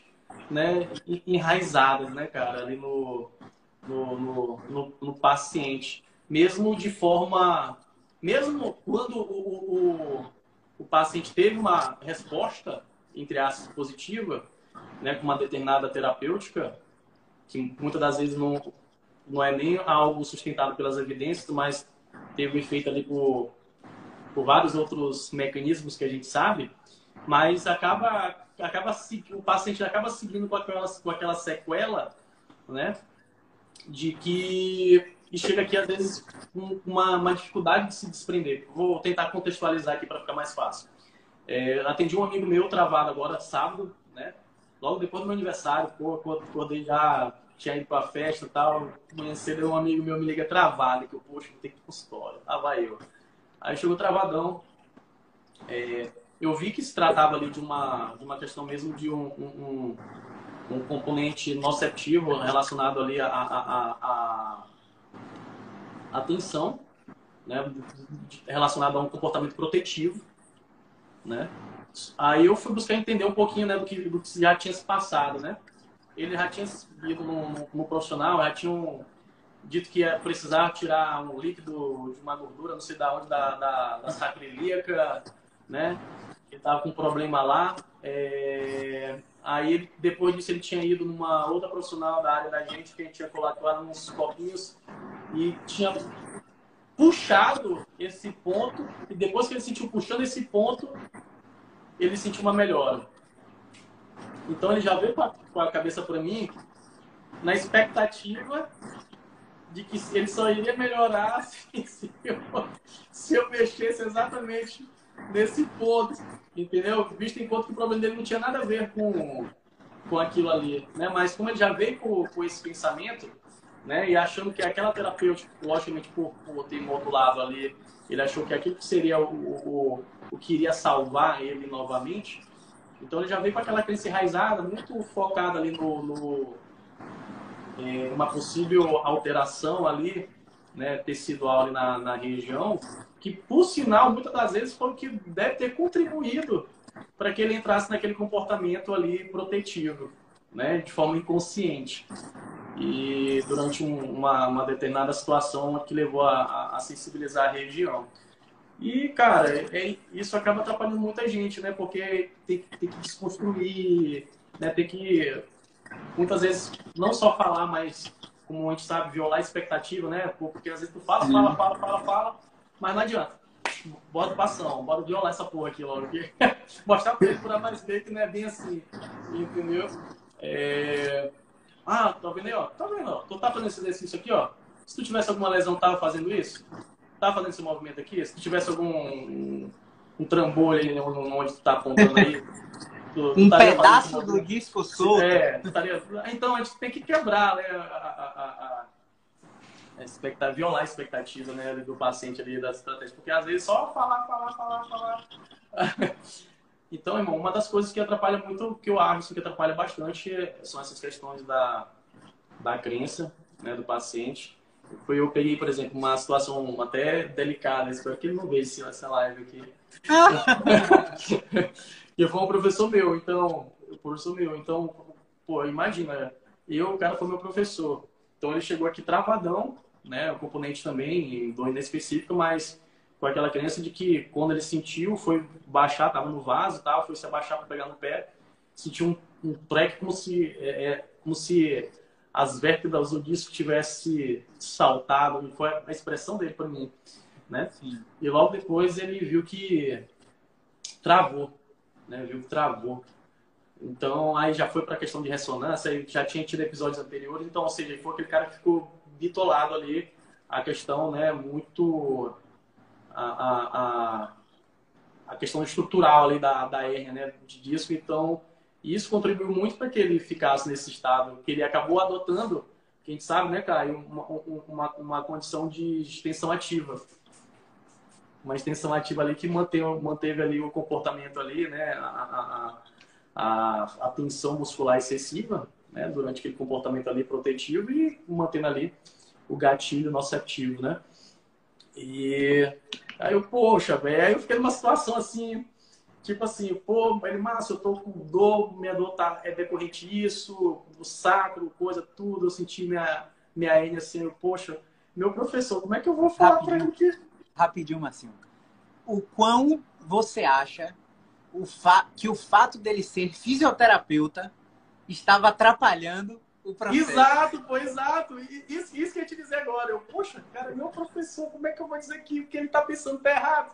né, enraizadas, né, cara, ali no, no, no, no, no paciente. Mesmo de forma... Mesmo quando o, o, o paciente teve uma resposta, entre aspas, positiva, né, com uma determinada terapêutica, que muitas das vezes não, não é nem algo sustentado pelas evidências, mas teve um efeito ali por, por vários outros mecanismos que a gente sabe, mas acaba, acaba o paciente acaba seguindo com aquela, com aquela sequela, né, de que e chega aqui às vezes com uma, uma dificuldade de se desprender. Vou tentar contextualizar aqui para ficar mais fácil. É, atendi um amigo meu travado agora, sábado, né? Logo depois do meu aniversário, pô, acordei já, tinha ido pra festa e tal. Amanhã cedo um amigo meu me liga travado, que eu, poxa, vou ter que ir pro consultório. Lá vai eu. Aí chegou travadão. É, eu vi que se tratava ali de uma, de uma questão mesmo de um, um, um, um componente nociceptivo relacionado ali a, a, a, a, a atenção, né? Relacionado a um comportamento protetivo, né? Aí eu fui buscar entender um pouquinho, né, do que, do que já tinha se passado, né? Ele já tinha ido no, no, no profissional, já tinham dito que ia precisar tirar um líquido de uma gordura, não sei da onde, da, da, da sacroiliaca, né? Ele tava com um problema lá. É... Aí, ele, depois disso, ele tinha ido numa outra profissional da área da gente, que a gente tinha colocado lá uns copinhos e tinha puxado esse ponto, e depois que ele sentiu puxando esse ponto, ele sentiu uma melhora. Então ele já veio com a, com a cabeça para mim na expectativa de que ele só iria melhorar se, se, eu, se eu mexesse exatamente nesse ponto, entendeu? Visto em conta que o problema dele não tinha nada a ver com, com aquilo ali, né? Mas como ele já veio com, com esse pensamento, né? E achando que aquela terapêutica, logicamente por, por ter modulado ali, ele achou que aquilo seria o, o, o que iria salvar ele novamente. Então ele já veio com aquela crença enraizada, muito focada ali no, no é, uma possível alteração ali, né, tecidual ali na, na região, que por sinal muitas das vezes foi o que deve ter contribuído para que ele entrasse naquele comportamento ali protetivo, né, de forma inconsciente. E durante um, uma, uma determinada situação que levou a, a, a sensibilizar a região. E, cara, é, isso acaba atrapalhando muita gente, né? Porque tem, tem que desconstruir, né? Tem que, muitas vezes, não só falar, mas, como a gente sabe, violar a expectativa, né? Porque às vezes tu fala, fala, fala, fala, fala, mas não adianta. bota passão, bora violar essa porra aqui logo. Aqui. Mostrar pra ele por A mais B que não é bem assim, entendeu? É... Ah, tá vendo aí, ó? Tá vendo, ó? Tu tá fazendo esse exercício aqui, ó. Se tu tivesse alguma lesão, tava fazendo isso? Tava fazendo esse movimento aqui? Se tu tivesse algum um, um trambolho aí onde tu tá apontando aí, tu, tu um pedaço do disco solto. É, tu estaria... Então a gente tem que quebrar, né, a, a, a, a expectativa, violar a expectativa, né, do paciente ali, das estratégias, porque às vezes só falar, falar, falar, falar. Então, irmão, uma das coisas que atrapalha muito, que eu acho que atrapalha bastante, são essas questões da, da crença, né, do paciente. Foi eu peguei, por exemplo, uma situação até delicada, espero que ele não veja essa live aqui. E foi um professor meu, então, um professor meu, então, pô, imagina, eu, o cara foi meu professor. Então ele chegou aqui travadão, né, o componente também, dor específico, mas com aquela crença de que quando ele sentiu, foi baixar, tava no vaso e tal, foi se abaixar para pegar no pé, sentiu um, um treco como se, é, é, como se as vértebras do disco tivesse saltado, foi a expressão dele para mim, né? Sim. E logo depois ele viu que travou, né? Viu que travou. Então aí já foi para a questão de ressonância, aí já tinha tido episódios anteriores, então, ou seja, foi aquele cara que ficou bitolado ali, a questão, né, muito a, a, a, a questão estrutural ali da, da hérnia, né, de disco, então isso contribuiu muito para que ele ficasse nesse estado, que ele acabou adotando, que a gente sabe, né, cara, uma, uma, uma condição de extensão ativa. Uma extensão ativa ali que manteve, manteve ali o comportamento ali, né, a, a, a, a tensão muscular excessiva, né, durante aquele comportamento ali protetivo e mantendo ali o gatilho nociceptivo, né. E aí eu, poxa, velho, aí eu fiquei numa situação assim, tipo assim, pô, ele, Márcio, eu tô com dor, minha dor tá, é decorrente disso, o sacro, coisa, tudo, eu senti minha, minha hérnia assim, eu, poxa, meu professor, como é que eu vou falar pra ele que... Rapidinho, Marcinho. O quão você acha o fa... que o fato dele ser fisioterapeuta estava atrapalhando o processo? Exato, pô, exato. Isso, isso que eu ia te dizer agora. Eu, poxa, cara, meu professor, como é que eu vou dizer que o que ele tá pensando tá errado?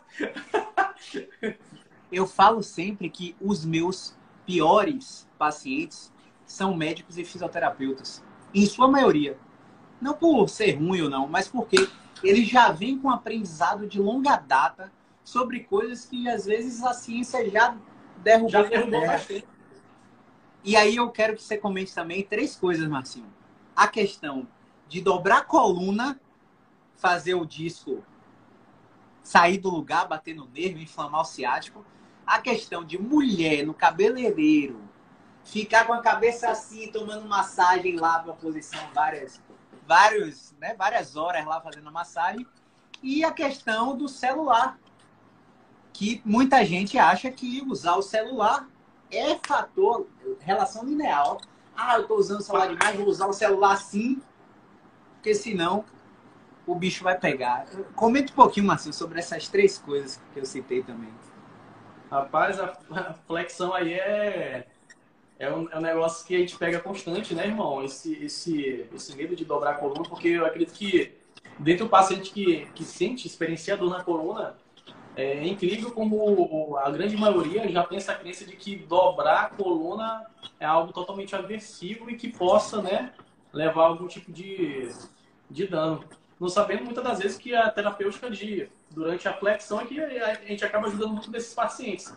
Eu falo sempre que os meus piores pacientes são médicos e fisioterapeutas. Em sua maioria. Não por ser ruim ou não, mas porque eles já vêm com aprendizado de longa data sobre coisas que às vezes a ciência já derrubou. Já derrubou bastante. E aí eu quero que você comente também três coisas, Marcinho. A questão de dobrar a coluna, fazer o disco sair do lugar, bater no nervo, inflamar o ciático. A questão de mulher no cabeleireiro, ficar com a cabeça assim, tomando massagem lá para posição várias, vários, né, várias horas lá fazendo massagem. E a questão do celular, que muita gente acha que usar o celular é fator, relação linear. Ah, eu estou usando o celular demais, vou usar o celular sim, porque senão o bicho vai pegar. Comenta um pouquinho, Marcinho, sobre essas três coisas que eu citei também. Rapaz, a flexão aí é, é, um, é um negócio que a gente pega constante, né, irmão? Esse, esse, esse medo de dobrar a coluna, porque eu acredito que dentro do paciente que, que sente, experiencia dor na coluna, é incrível como a grande maioria já tem essa crença de que dobrar a coluna é algo totalmente aversivo e que possa, né, levar a algum tipo de, de dano. Não sabendo muitas das vezes que a terapêutica de, durante a flexão é que a gente acaba ajudando muito desses pacientes.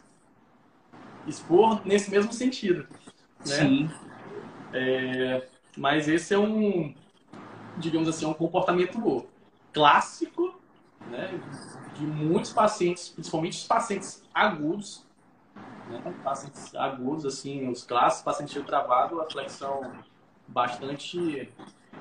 Expor nesse mesmo sentido. Né? Sim. É, mas esse é um, digamos assim, um comportamento clássico, né, de muitos pacientes, principalmente os pacientes agudos, né, pacientes agudos, assim, os clássicos, pacientes de travado, a flexão bastante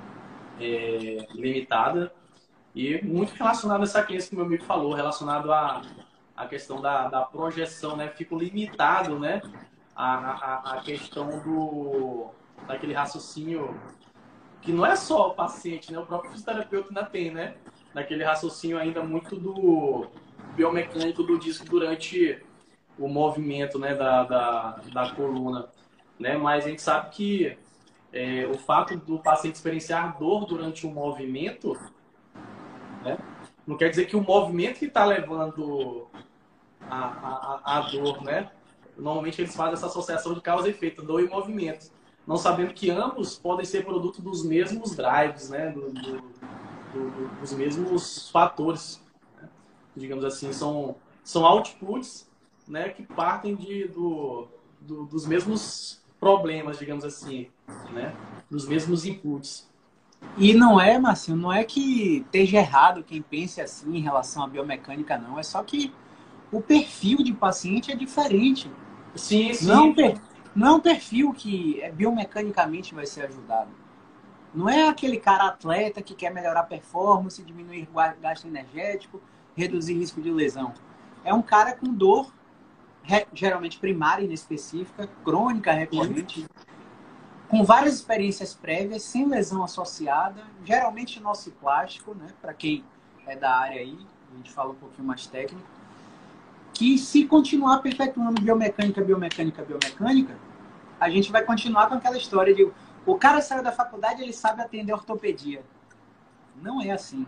é, limitada e muito relacionado a essa crença que o meu amigo falou, relacionado à, à questão da, da projeção, né, fico limitado, né, a, a, a questão do, daquele raciocínio que não é só o paciente, né, o próprio fisioterapeuta ainda tem, né, daquele raciocínio ainda muito do biomecânico do disco durante o movimento, né, da, da, da coluna, né, mas a gente sabe que é, o fato do paciente experienciar dor durante o movimento, né, Não quer dizer que o movimento que está levando a, a, a dor, né? Normalmente eles fazem essa associação de causa e efeito, dor e movimento. Não sabendo que ambos podem ser produto dos mesmos drives, né? Do, do, do, dos mesmos fatores, né? Digamos assim, são, são outputs, né? Que partem de, do, do, dos mesmos problemas, digamos assim, né? Dos mesmos inputs. E não é, Marcinho, não é que esteja errado quem pense assim em relação à biomecânica, não. É só que o perfil de paciente é diferente. Sim, sim. Não, não é um perfil que é biomecanicamente vai ser ajudado. Não é aquele cara atleta que quer melhorar a performance, diminuir gasto energético, reduzir risco de lesão. É um cara com dor, geralmente primária, inespecífica, crônica, recorrente, com várias experiências prévias, sem lesão associada, geralmente nociplástico, né? Para quem é da área aí, a gente fala um pouquinho mais técnico, que se continuar perpetuando biomecânica, biomecânica, biomecânica, a gente vai continuar com aquela história de o cara saiu da faculdade, ele sabe atender ortopedia. Não é assim.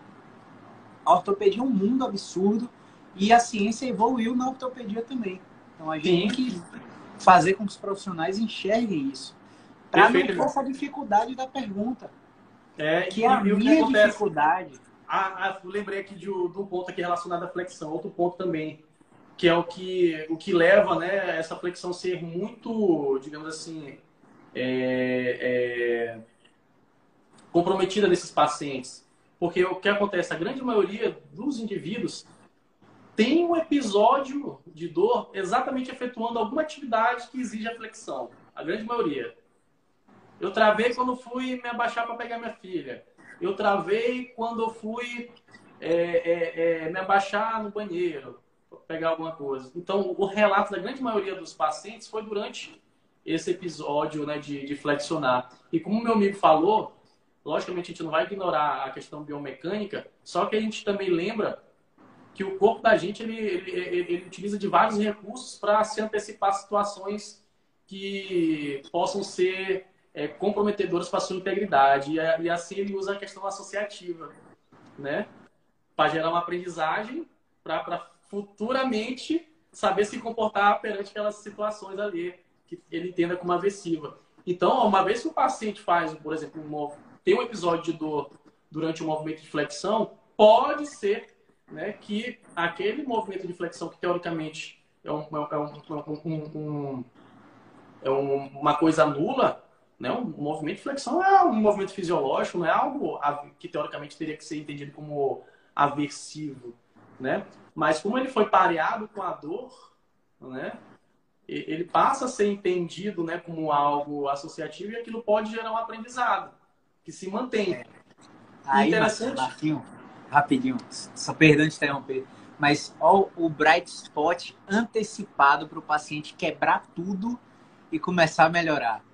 A ortopedia é um mundo absurdo e a ciência evoluiu na ortopedia também. Então a gente Sim. tem que fazer com que os profissionais enxerguem isso. Para não ter essa dificuldade da pergunta. É, que e, é a e minha dificuldade. Ah, ah, eu lembrei aqui de, de um ponto aqui relacionado à flexão, outro ponto também, que é o que, o que leva, né, essa flexão a ser muito, digamos assim, é, é, comprometida nesses pacientes. Porque o que acontece? A grande maioria dos indivíduos tem um episódio de dor exatamente efetuando alguma atividade que exige a flexão. A grande maioria. Eu travei quando fui me abaixar para pegar minha filha. Eu travei quando eu fui é, é, é, me abaixar no banheiro para pegar alguma coisa. Então, o relato da grande maioria dos pacientes foi durante esse episódio, né, de, de flexionar. E como meu amigo falou, logicamente a gente não vai ignorar a questão biomecânica, só que a gente também lembra que o corpo da gente ele, ele, ele, ele utiliza de vários recursos para se antecipar a situações que possam ser é, comprometedoras para a sua integridade. E, e assim ele usa a questão associativa, né? Para gerar uma aprendizagem para futuramente saber se comportar perante aquelas situações ali que ele entenda como aversiva. Então, uma vez que o paciente faz, por exemplo, um, tem um episódio de dor durante o movimento de flexão, pode ser, né, que aquele movimento de flexão que teoricamente é, um, é, um, um, um, é uma coisa nula, né? Um movimento de flexão é um movimento fisiológico, não é algo que teoricamente teria que ser entendido como aversivo, né? Mas como ele foi pareado com a dor, né, ele passa a ser entendido, né, como algo associativo e aquilo pode gerar um aprendizado que se mantém. É. Aí, interessante. Marquinho, rapidinho, só perdão de interromper, mas ó, o bright spot antecipado para o paciente quebrar tudo e começar a melhorar.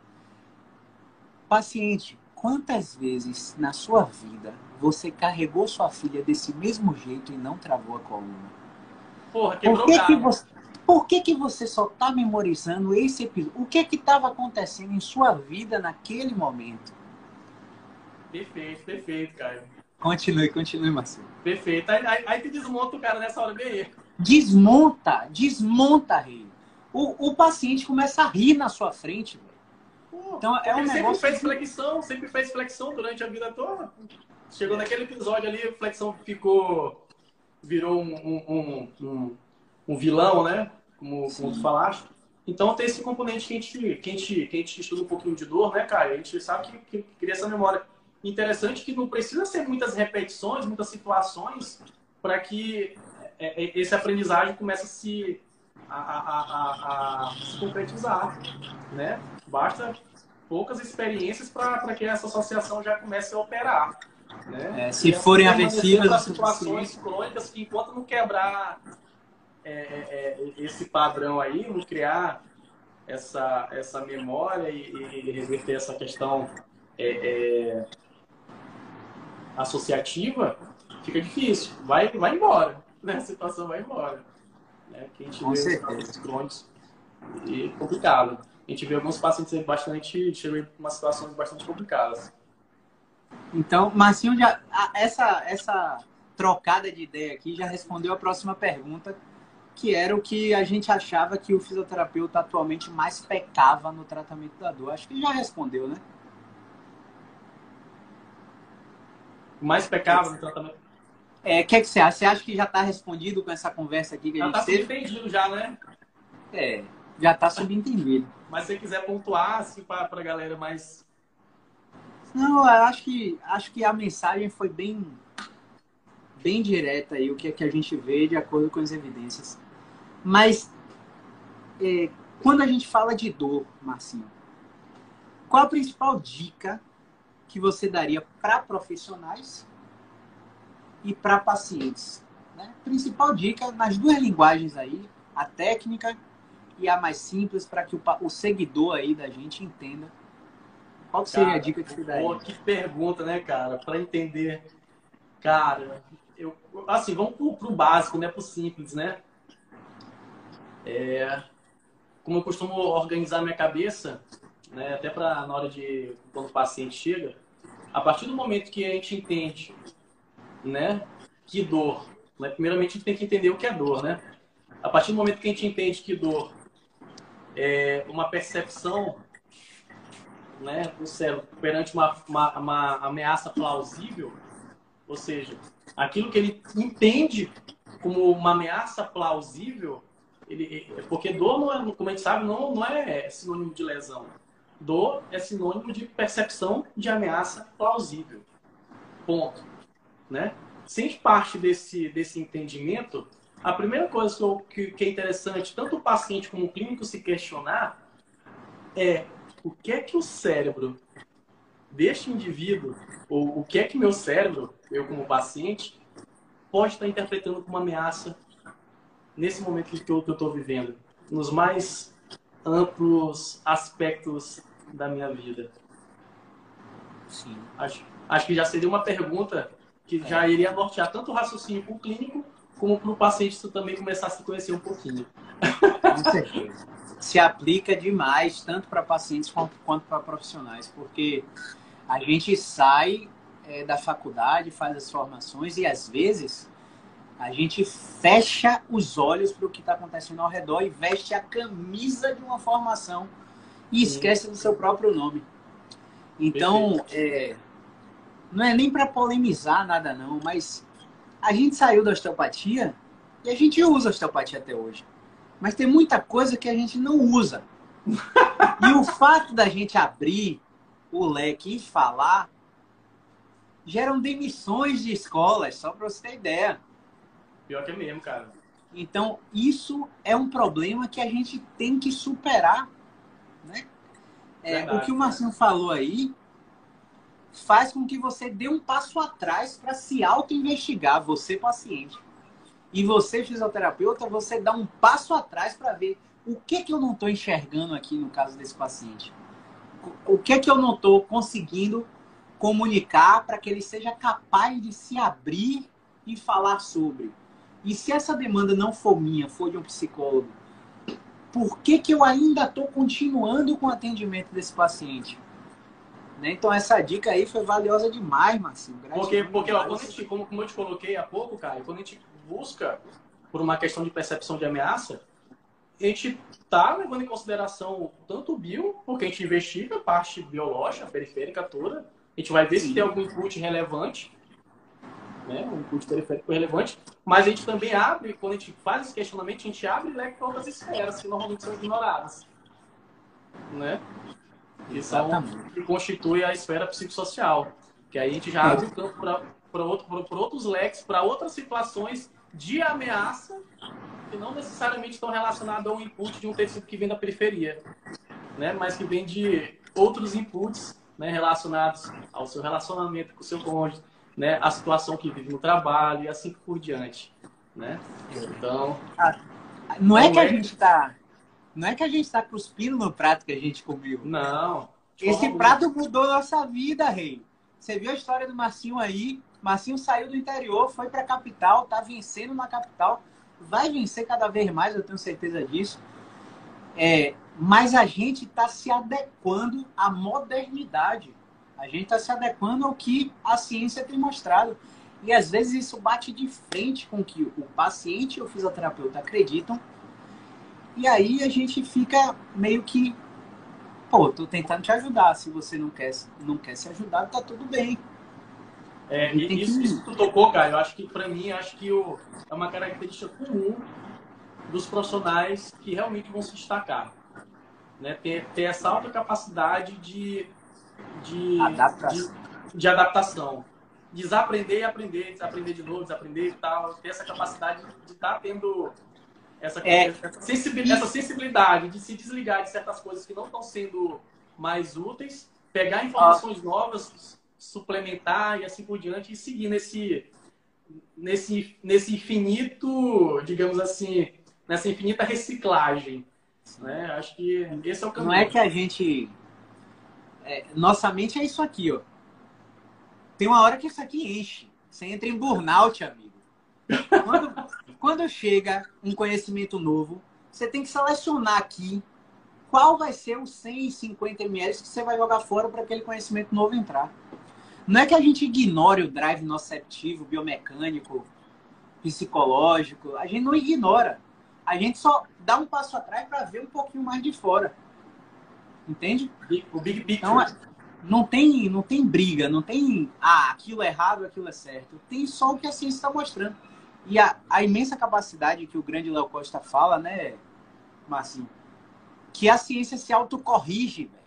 Paciente, quantas vezes na sua vida você carregou sua filha desse mesmo jeito e não travou a coluna? Porra, quebrou Por que que você, por que que você só está memorizando esse episódio? O que que estava acontecendo em sua vida naquele momento? Perfeito, perfeito, cara. Continue, continue, Marcelo. Perfeito. Aí, aí, aí tu desmonta o cara nessa hora bem aí. Desmonta, desmonta, rei. O, o paciente começa a rir na sua frente, velho. Então, é um ele negócio sempre fez que... flexão, sempre fez flexão durante a vida toda. Chegou é. naquele episódio ali, a flexão ficou... Virou um, um, um, um vilão, né? Como, como tu falaste. Então tem esse componente que a gente, que a gente, que a gente estuda um pouquinho de dor, né, cara? A gente sabe que, que cria essa memória. Interessante que não precisa ser muitas repetições, muitas situações para que esse aprendizagem comece a se, a, a, a, a se concretizar, né? Basta poucas experiências para que essa associação já comece a operar. Né? É, se forem aversivas... Para situações crônicas que, enquanto não quebrar é, é, esse padrão aí, não criar essa, essa memória e, e reverter essa questão é, é, associativa, fica difícil. Vai, vai embora. Né? A situação vai embora. Né? Que a gente Com vê certeza. os crônicos e é complicado. A gente vê alguns pacientes bastante, chegam em umas situações bastante complicadas. Então, Marcinho, já, essa, essa trocada de ideia aqui, já respondeu a próxima pergunta, que era o que a gente achava que o fisioterapeuta atualmente mais pecava no tratamento da dor. Acho que já respondeu, né? Mais pecava no tratamento? É, o que, é que você acha? Você acha que já está respondido com essa conversa aqui que a Já gente tá teve? subentendido já, né? É, já está subentendido. Mas se você quiser pontuar, assim, para a galera mais... Não, eu acho que, acho que a mensagem foi bem, bem direta aí, o que é que a gente vê de acordo com as evidências. Mas, é, quando a gente fala de dor, Marcinho, qual a principal dica que você daria para profissionais e para pacientes? Né? Principal dica nas duas linguagens aí, a técnica e a mais simples, para que o, o seguidor aí da gente entenda. Qual seria Cara, a dica que você daria? pô, que pergunta, né, cara? Para entender, cara, eu, assim, vamos pro, pro básico, né, pro simples, né? É, como eu costumo organizar minha cabeça, né, até para na hora de quando o paciente chega, a partir do momento que a gente entende, né, que dor, né, primeiramente a gente tem que entender o que é dor, né? A partir do momento que a gente entende que dor é uma percepção, né, do cérebro perante uma, uma, uma ameaça plausível, ou seja, aquilo que ele entende como uma ameaça plausível, ele, porque dor, não é, como a gente sabe, não, não é sinônimo de lesão. Dor é sinônimo de percepção de ameaça plausível. Ponto. Né? Se a gente parte desse, desse entendimento, a primeira coisa que, eu, que, que é interessante, tanto o paciente como o clínico se questionar, é o que é que o cérebro deste indivíduo, ou o que é que meu cérebro, eu como paciente, pode estar interpretando como ameaça nesse momento que eu estou vivendo, nos mais amplos aspectos da minha vida. Sim. Acho, acho que já seria uma pergunta que já iria nortear tanto o raciocínio para o clínico, como para o paciente isso também começar a se conhecer um pouquinho. Com certeza. Se aplica demais, tanto para pacientes quanto para profissionais, porque a gente sai é, da faculdade, faz as formações e, às vezes, a gente fecha os olhos para o que está acontecendo ao redor e veste a camisa de uma formação e esquece do seu próprio nome. Então, é, não é nem para polemizar nada não, mas a gente saiu da osteopatia e a gente usa a osteopatia até hoje. Mas tem muita coisa que a gente não usa. E o fato da gente abrir o leque e falar geram demissões de escolas, só para você ter ideia. Pior que é mesmo, cara. Então, isso é um problema que a gente tem que superar. Né? É, o que o Marcinho falou aí faz com que você dê um passo atrás para se auto-investigar, você paciente. E você, fisioterapeuta, você dá um passo atrás para ver o que, que eu não estou enxergando aqui no caso desse paciente. O que, que eu não estou conseguindo comunicar para que ele seja capaz de se abrir e falar sobre. E se essa demanda não for minha, for de um psicólogo, por que, que eu ainda estou continuando com o atendimento desse paciente? Né? Então essa dica aí foi valiosa demais, Marcinho. Porque, porque ó, quando a gente, como, como eu te coloquei há pouco, cara, quando a gente busca por uma questão de percepção de ameaça, a gente está levando em consideração tanto o bio, porque a gente investiga a parte biológica, a periférica toda, a gente vai ver Sim. se tem algum input relevante, né, um input periférico relevante, mas a gente também abre, quando a gente faz esse questionamento, a gente abre leque para outras esferas que normalmente são ignoradas. Né? Que, são, que constitui a esfera psicossocial. Que aí a gente já abre o campo para outro, outros leques, para outras situações de ameaça que não necessariamente estão relacionadas ao input de um tecido que vem da periferia, né? Mas que vem de outros inputs, né? Relacionados ao seu relacionamento com o seu cônjuge, né? A situação que vive no trabalho e assim por diante. Né? Então... Não é que a gente está... Não é que a gente está cuspindo no prato que a gente comeu. Não. Esse prato mudou nossa vida, rei. Você viu a história do Marcinho aí? Marcinho saiu do interior, foi para a capital, tá vencendo na capital. Vai vencer cada vez mais, eu tenho certeza disso. É, mas a gente está se adequando à modernidade. A gente está se adequando ao que a ciência tem mostrado. E às vezes isso bate de frente com o que o paciente e o fisioterapeuta acreditam. E aí a gente fica meio que, pô, tô tentando te ajudar. Se você não quer, não quer se ajudar, tá tudo bem. É, e isso, que... isso que tu tocou, cara, eu acho que para mim, acho que o, é uma característica comum dos profissionais que realmente vão se destacar. Né? Ter, ter essa alta capacidade de, de, adaptação. de, de adaptação. Desaprender e aprender, desaprender de novo, desaprender e tal. Ter essa capacidade de estar tá tendo essa, é, essa, sensibilidade, essa sensibilidade de se desligar de certas coisas que não estão sendo mais úteis, pegar informações ah. novas, suplementar e assim por diante, e seguir nesse, nesse, nesse infinito, digamos assim, nessa infinita reciclagem. Né? Acho que esse é o caminho. Não é que a gente... É, nossa mente é isso aqui, ó. Tem uma hora que isso aqui enche. Você entra em burnout, amigo. Quando, quando chega um conhecimento novo, você tem que selecionar aqui qual vai ser os cem e cinquenta mililitros que você vai jogar fora para aquele conhecimento novo entrar. Não é que a gente ignore o drive noceptivo, biomecânico, psicológico. A gente não ignora. A gente só dá um passo atrás para ver um pouquinho mais de fora. Entende? O big picture. Então, não tem, não tem briga, não tem ah, aquilo é errado, aquilo é certo. Tem só o que a ciência está mostrando. E a, a imensa capacidade que o grande Léo Costa fala, né, Marcinho? Que a ciência se autocorrige, velho.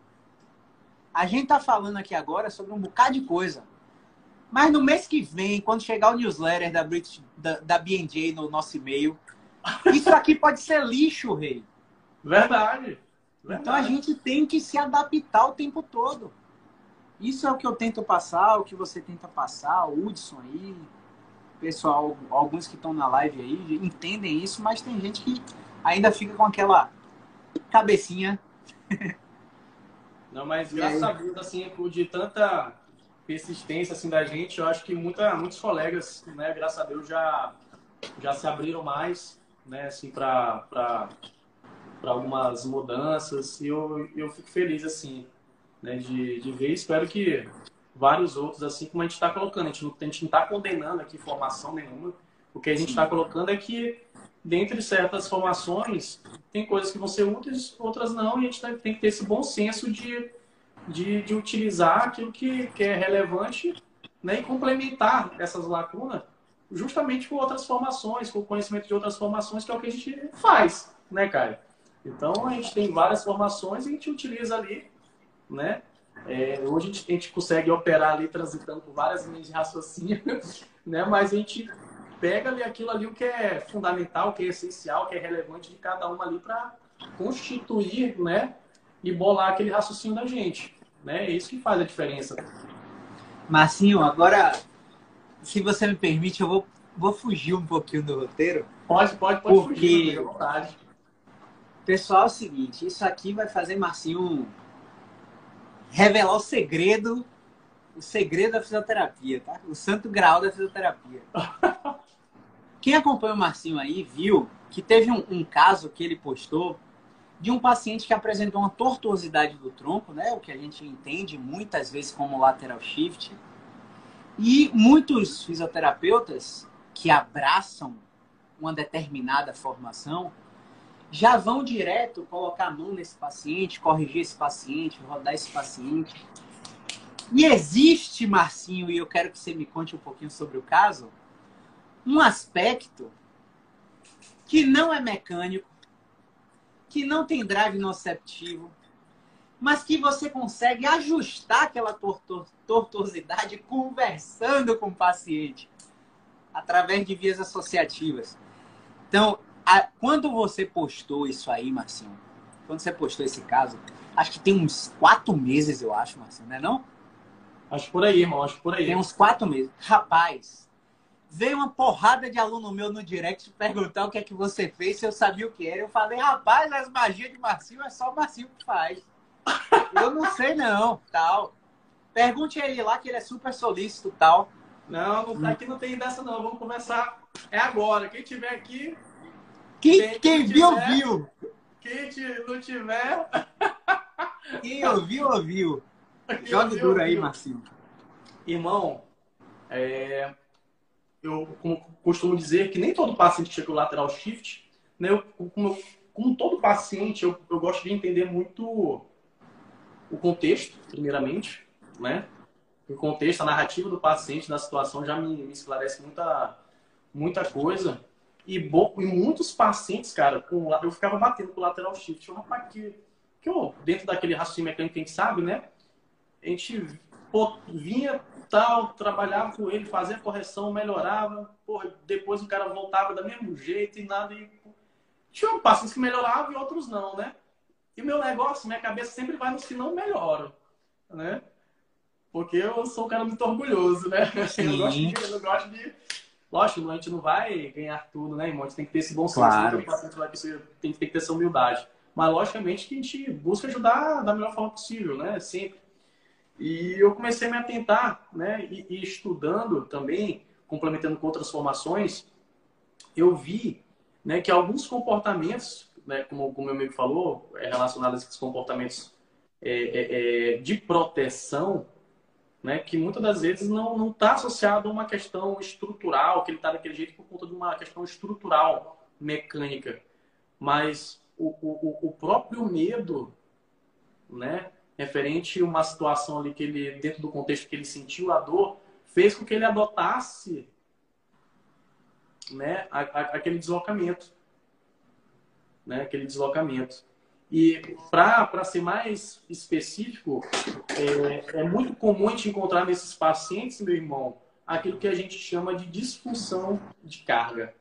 A gente tá falando aqui agora sobre um bocado de coisa. Mas no mês que vem, quando chegar o newsletter da, British, da, da B and J no nosso e-mail, isso aqui pode ser lixo, rei. Verdade. Verdade. Então a gente tem que se adaptar o tempo todo. Isso é o que eu tento passar, o que você tenta passar, o Hudson aí, pessoal, alguns que estão na live aí, entendem isso, mas tem gente que ainda fica com aquela cabecinha. Não, mas graças a Deus, assim, de tanta persistência assim, da gente, eu acho que muita, muitos colegas, né, graças a Deus, já, já se abriram mais, né, assim, para para algumas mudanças, e eu, eu fico feliz, assim, né, de, de ver, espero que vários outros, assim, como a gente está colocando, a gente não está condenando aqui formação nenhuma, o que a gente está colocando é que, dentre certas formações, tem coisas que vão ser úteis, outras não, e a gente tem que ter esse bom senso de, de, de utilizar aquilo que, que é relevante, né, e complementar essas lacunas justamente com outras formações, com o conhecimento de outras formações, que é o que a gente faz, né, Caio? Então, a gente tem várias formações e a gente utiliza ali, né? É, hoje a gente, a gente consegue operar ali, transitando por várias linhas de raciocínio, né? Mas a gente pega ali aquilo ali, o que é fundamental, o que é essencial, o que é relevante de cada uma ali para constituir, né? E bolar aquele raciocínio da gente, né? É isso que faz a diferença. Marcinho, agora, se você me permite, eu vou, vou fugir um pouquinho do roteiro. Pode, pode, pode porque... fugir, à vontade. Pessoal, é o seguinte, isso aqui vai fazer Marcinho revelar o segredo, o segredo da fisioterapia, tá? O santo grau da fisioterapia. Quem acompanha o Marcinho aí viu que teve um, um caso que ele postou de um paciente que apresentou uma tortuosidade do tronco, né? O que a gente entende muitas vezes como lateral shift. E muitos fisioterapeutas que abraçam uma determinada formação já vão direto colocar a mão nesse paciente, corrigir esse paciente, rodar esse paciente. E existe, Marcinho, e eu quero que você me conte um pouquinho sobre o caso, um aspecto que não é mecânico, que não tem drive noceptivo, mas que você consegue ajustar aquela torto tortuosidade conversando com o paciente, através de vias associativas. Então, a, quando você postou isso aí, Marcinho, quando você postou esse caso, acho que tem uns quatro meses, eu acho, Marcinho, não é não? Acho por aí, irmão, acho por aí. Tem uns quatro meses. Rapaz, veio uma porrada de aluno meu no direct perguntar o que é que você fez, se eu sabia o que era. Eu falei, rapaz, as magias de Marcinho é só o Marcinho que faz. Eu não sei não, tal. Pergunte a ele lá que ele é super solícito, tal. Não, não, aqui não tem dessa não, vamos começar. É agora, quem tiver aqui... Quem, quem viu, tiver, viu. Quem não tiver... Quem ouviu, ouviu. Joga duro aí, Marcinho. Irmão, É, eu costumo dizer que nem todo paciente que chega com lateral shift, né, eu, como, como todo paciente, eu, eu gosto de entender muito o contexto, primeiramente, né? O contexto, a narrativa do paciente, da situação já me, me esclarece muita, muita coisa. E, bo, e muitos pacientes, cara, com, eu ficava batendo com o lateral shift. Eu, rapaz, que, que eu, dentro daquele raciocínio mecânico que a gente sabe, né? A gente pô, vinha, tal, trabalhava com ele, fazia a correção, melhorava. Porra, depois o cara voltava do mesmo jeito e nada. E, tinha um pacientes que melhoravam e outros não, né? E o meu negócio, minha cabeça sempre vai no se não melhora, né? Porque eu sou um cara muito orgulhoso, né? Eu gosto, de, eu gosto de... Lógico, a gente não vai ganhar tudo, né, irmão? A gente tem que ter esse bom senso. Claro. Né? Tem, tem que ter essa humildade. Mas, logicamente, que a gente busca ajudar da melhor forma possível, né? Sempre. E eu comecei a me atentar, né? E, e estudando também, complementando com outras formações, eu vi, né, que alguns comportamentos, né, como o meu amigo falou, é relacionado a esses comportamentos é, é, é, de proteção, né, que muitas das vezes não não está associado a uma questão estrutural, que ele está daquele jeito por conta de uma questão estrutural, mecânica. Mas o, o, o próprio medo, né, referente a uma situação ali que ele, dentro do contexto que ele sentiu a dor, fez com que ele adotasse, né, a, a, aquele deslocamento. Né, aquele deslocamento. E para ser mais específico, é, é muito comum a gente encontrar nesses pacientes, meu irmão, aquilo que a gente chama de disfunção de carga.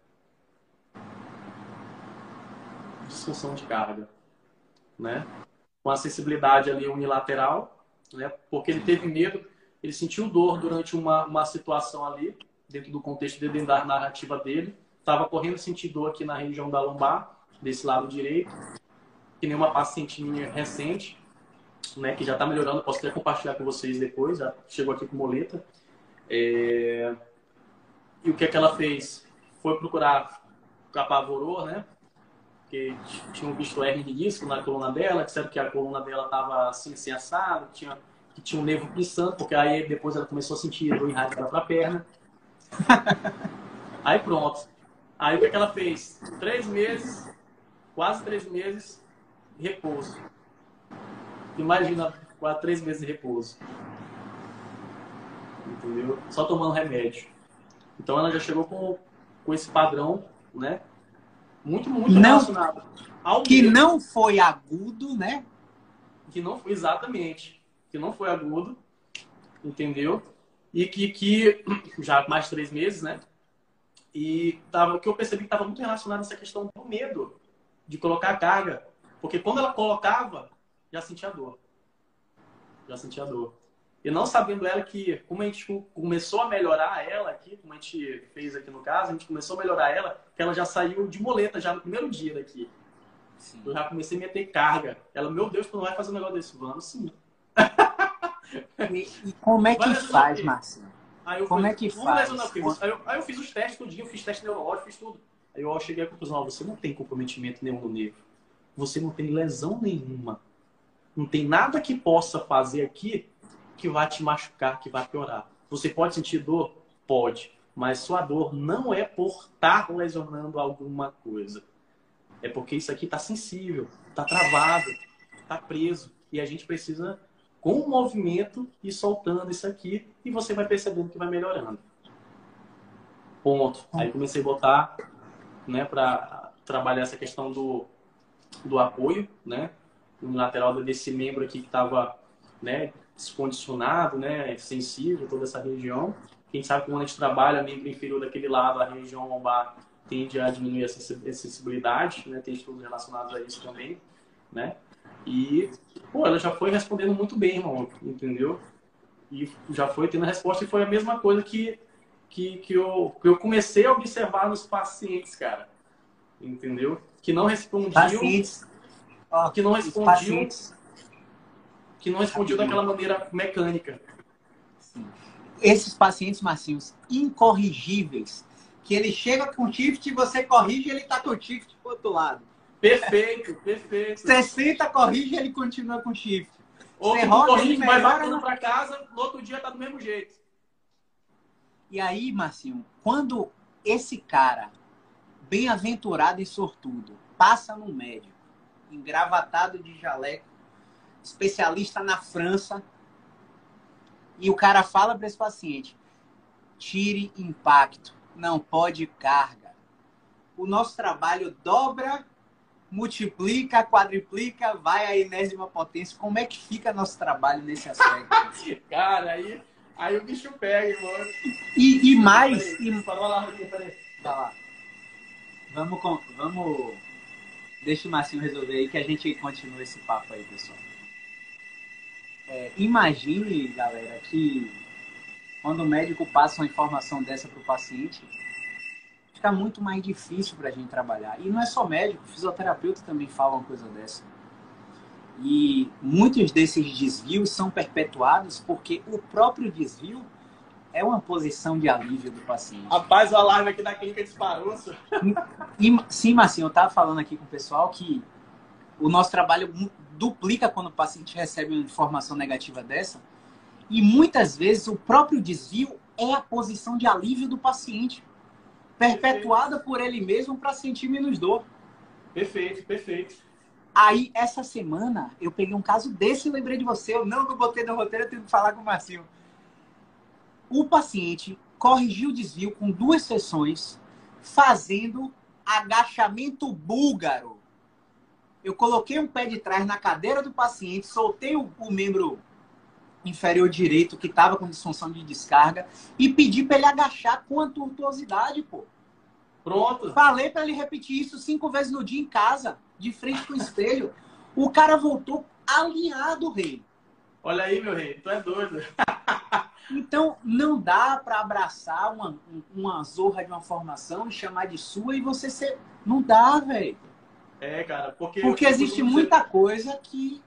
Disfunção de carga. Né? Com acessibilidade ali unilateral, né? Porque ele teve medo, ele sentiu dor durante uma, uma situação ali, dentro do contexto dentro da narrativa dele, estava correndo sentir dor aqui na região da lombar, desse lado direito, que nem uma paciente minha recente, né, que já está melhorando, posso até compartilhar com vocês depois, já chegou aqui com moleta. É... E o que é que ela fez? Foi procurar, apavorou, né? Porque tinham visto hernia de disco na coluna dela, disseram que a coluna dela estava assim, assim, assado, que tinha, que tinha um nervo pulsando, porque aí depois ela começou a sentir dor em rádio para a perna. Aí pronto. Aí o que é que ela fez? Três meses, quase três meses, repouso. Imagina, quase três meses de repouso. Entendeu? Só tomando remédio. Então ela já chegou com, com esse padrão, né? Muito, muito não, relacionado ao que medo, não foi agudo, né? Que não foi exatamente. Que não foi agudo. Entendeu? E que, que já há mais de três meses, né? E tava, que eu percebi que estava muito relacionado a essa questão do medo de colocar a carga. Porque quando ela colocava, já sentia dor. Já sentia dor. E não sabendo ela que, como a gente começou a melhorar ela aqui, como a gente fez aqui no caso, a gente começou a melhorar ela, que ela já saiu de moleta já no primeiro dia daqui. Sim. Eu já comecei a meter carga. Ela, meu Deus, tu não vai fazer um negócio desse? Vamos sim. E, e como é que faz, Marcinho? Aí eu como falei, é que faz? Aí eu, aí eu fiz os testes tudinho, eu fiz teste neurológico, fiz tudo. Aí eu cheguei à conclusão, você não tem comprometimento nenhum no nervo. Você não tem lesão nenhuma. Não tem nada que possa fazer aqui que vai te machucar, que vai piorar. Você pode sentir dor? Pode. Mas sua dor não é por estar lesionando alguma coisa. É porque isso aqui está sensível, está travado, está preso. E a gente precisa, com o movimento, ir soltando isso aqui e você vai percebendo que vai melhorando. Ponto. Aí comecei a botar, né, para trabalhar essa questão do, do apoio, né, no lateral desse membro aqui que estava, né, descondicionado, né, sensível, toda essa região. Quem sabe que quando a gente trabalha membro inferior daquele lado, a região lombar tende a diminuir essa sensibilidade, né, tem estudos relacionados a isso também, né, e, pô, ela já foi respondendo muito bem, irmão, entendeu? E já foi tendo a resposta e foi a mesma coisa que, que, que, eu, que eu comecei a observar nos pacientes, cara, entendeu? Que não respondiam... Pacientes. Ó, que não respondiam... Pacientes... que não respondiam daquela maneira mecânica. Sim. Esses pacientes, Marcinhos, incorrigíveis, que ele chega com shift e você corrige, ele tá com shift pro outro lado. Perfeito, perfeito. Você senta, corrige, ele continua com shift. Ou você tu roda, corrige, ele vai melhora batendo na... pra casa, no outro dia tá do mesmo jeito. E aí, Marcinho, quando esse cara, bem-aventurado e sortudo, passa no médico, engravatado de jaleco, especialista na França, e o cara fala para esse paciente, tire impacto, não pode carga. O nosso trabalho dobra, multiplica, quadriplica, vai à enésima potência. Como é que fica nosso trabalho nesse aspecto? Cara, aí, aí o bicho pega, mano. E, e mais... Peraí, e... parou lá, peraí. Tá lá. Vamos, vamos... Deixa o Marcinho resolver aí que a gente continua esse papo aí, pessoal. É, imagine, galera, que quando o médico passa uma informação dessa para o paciente, fica muito mais difícil para a gente trabalhar. E não é só médico, fisioterapeuta também fala uma coisa dessa. E muitos desses desvios são perpetuados porque o próprio desvio é uma posição de alívio do paciente. Rapaz, o alarme aqui da clínica disparou, senhor. E, sim, Marcinho, eu estava falando aqui com o pessoal que o nosso trabalho duplica quando o paciente recebe uma informação negativa dessa. E muitas vezes o próprio desvio é a posição de alívio do paciente, perpetuada perfeito. Por ele mesmo para sentir menos dor. Perfeito, perfeito. Aí, essa semana, eu peguei um caso desse e lembrei de você. Eu não, não botei no roteiro, eu tenho que falar com o Marcinho. O paciente corrigiu o desvio com duas sessões, fazendo agachamento búlgaro. Eu coloquei um pé de trás na cadeira do paciente, soltei o, o membro inferior direito que estava com disfunção de descarga e pedi para ele agachar com a tortuosidade, pô. Pronto. Falei para ele repetir isso cinco vezes no dia em casa, de frente com o espelho. O cara voltou alinhado, rei. Olha aí, meu rei, tu é doido. Então, não dá para abraçar uma, uma zorra de uma formação e chamar de sua e você ser... Não dá, velho. É, cara, porque... Porque existe muita coisa que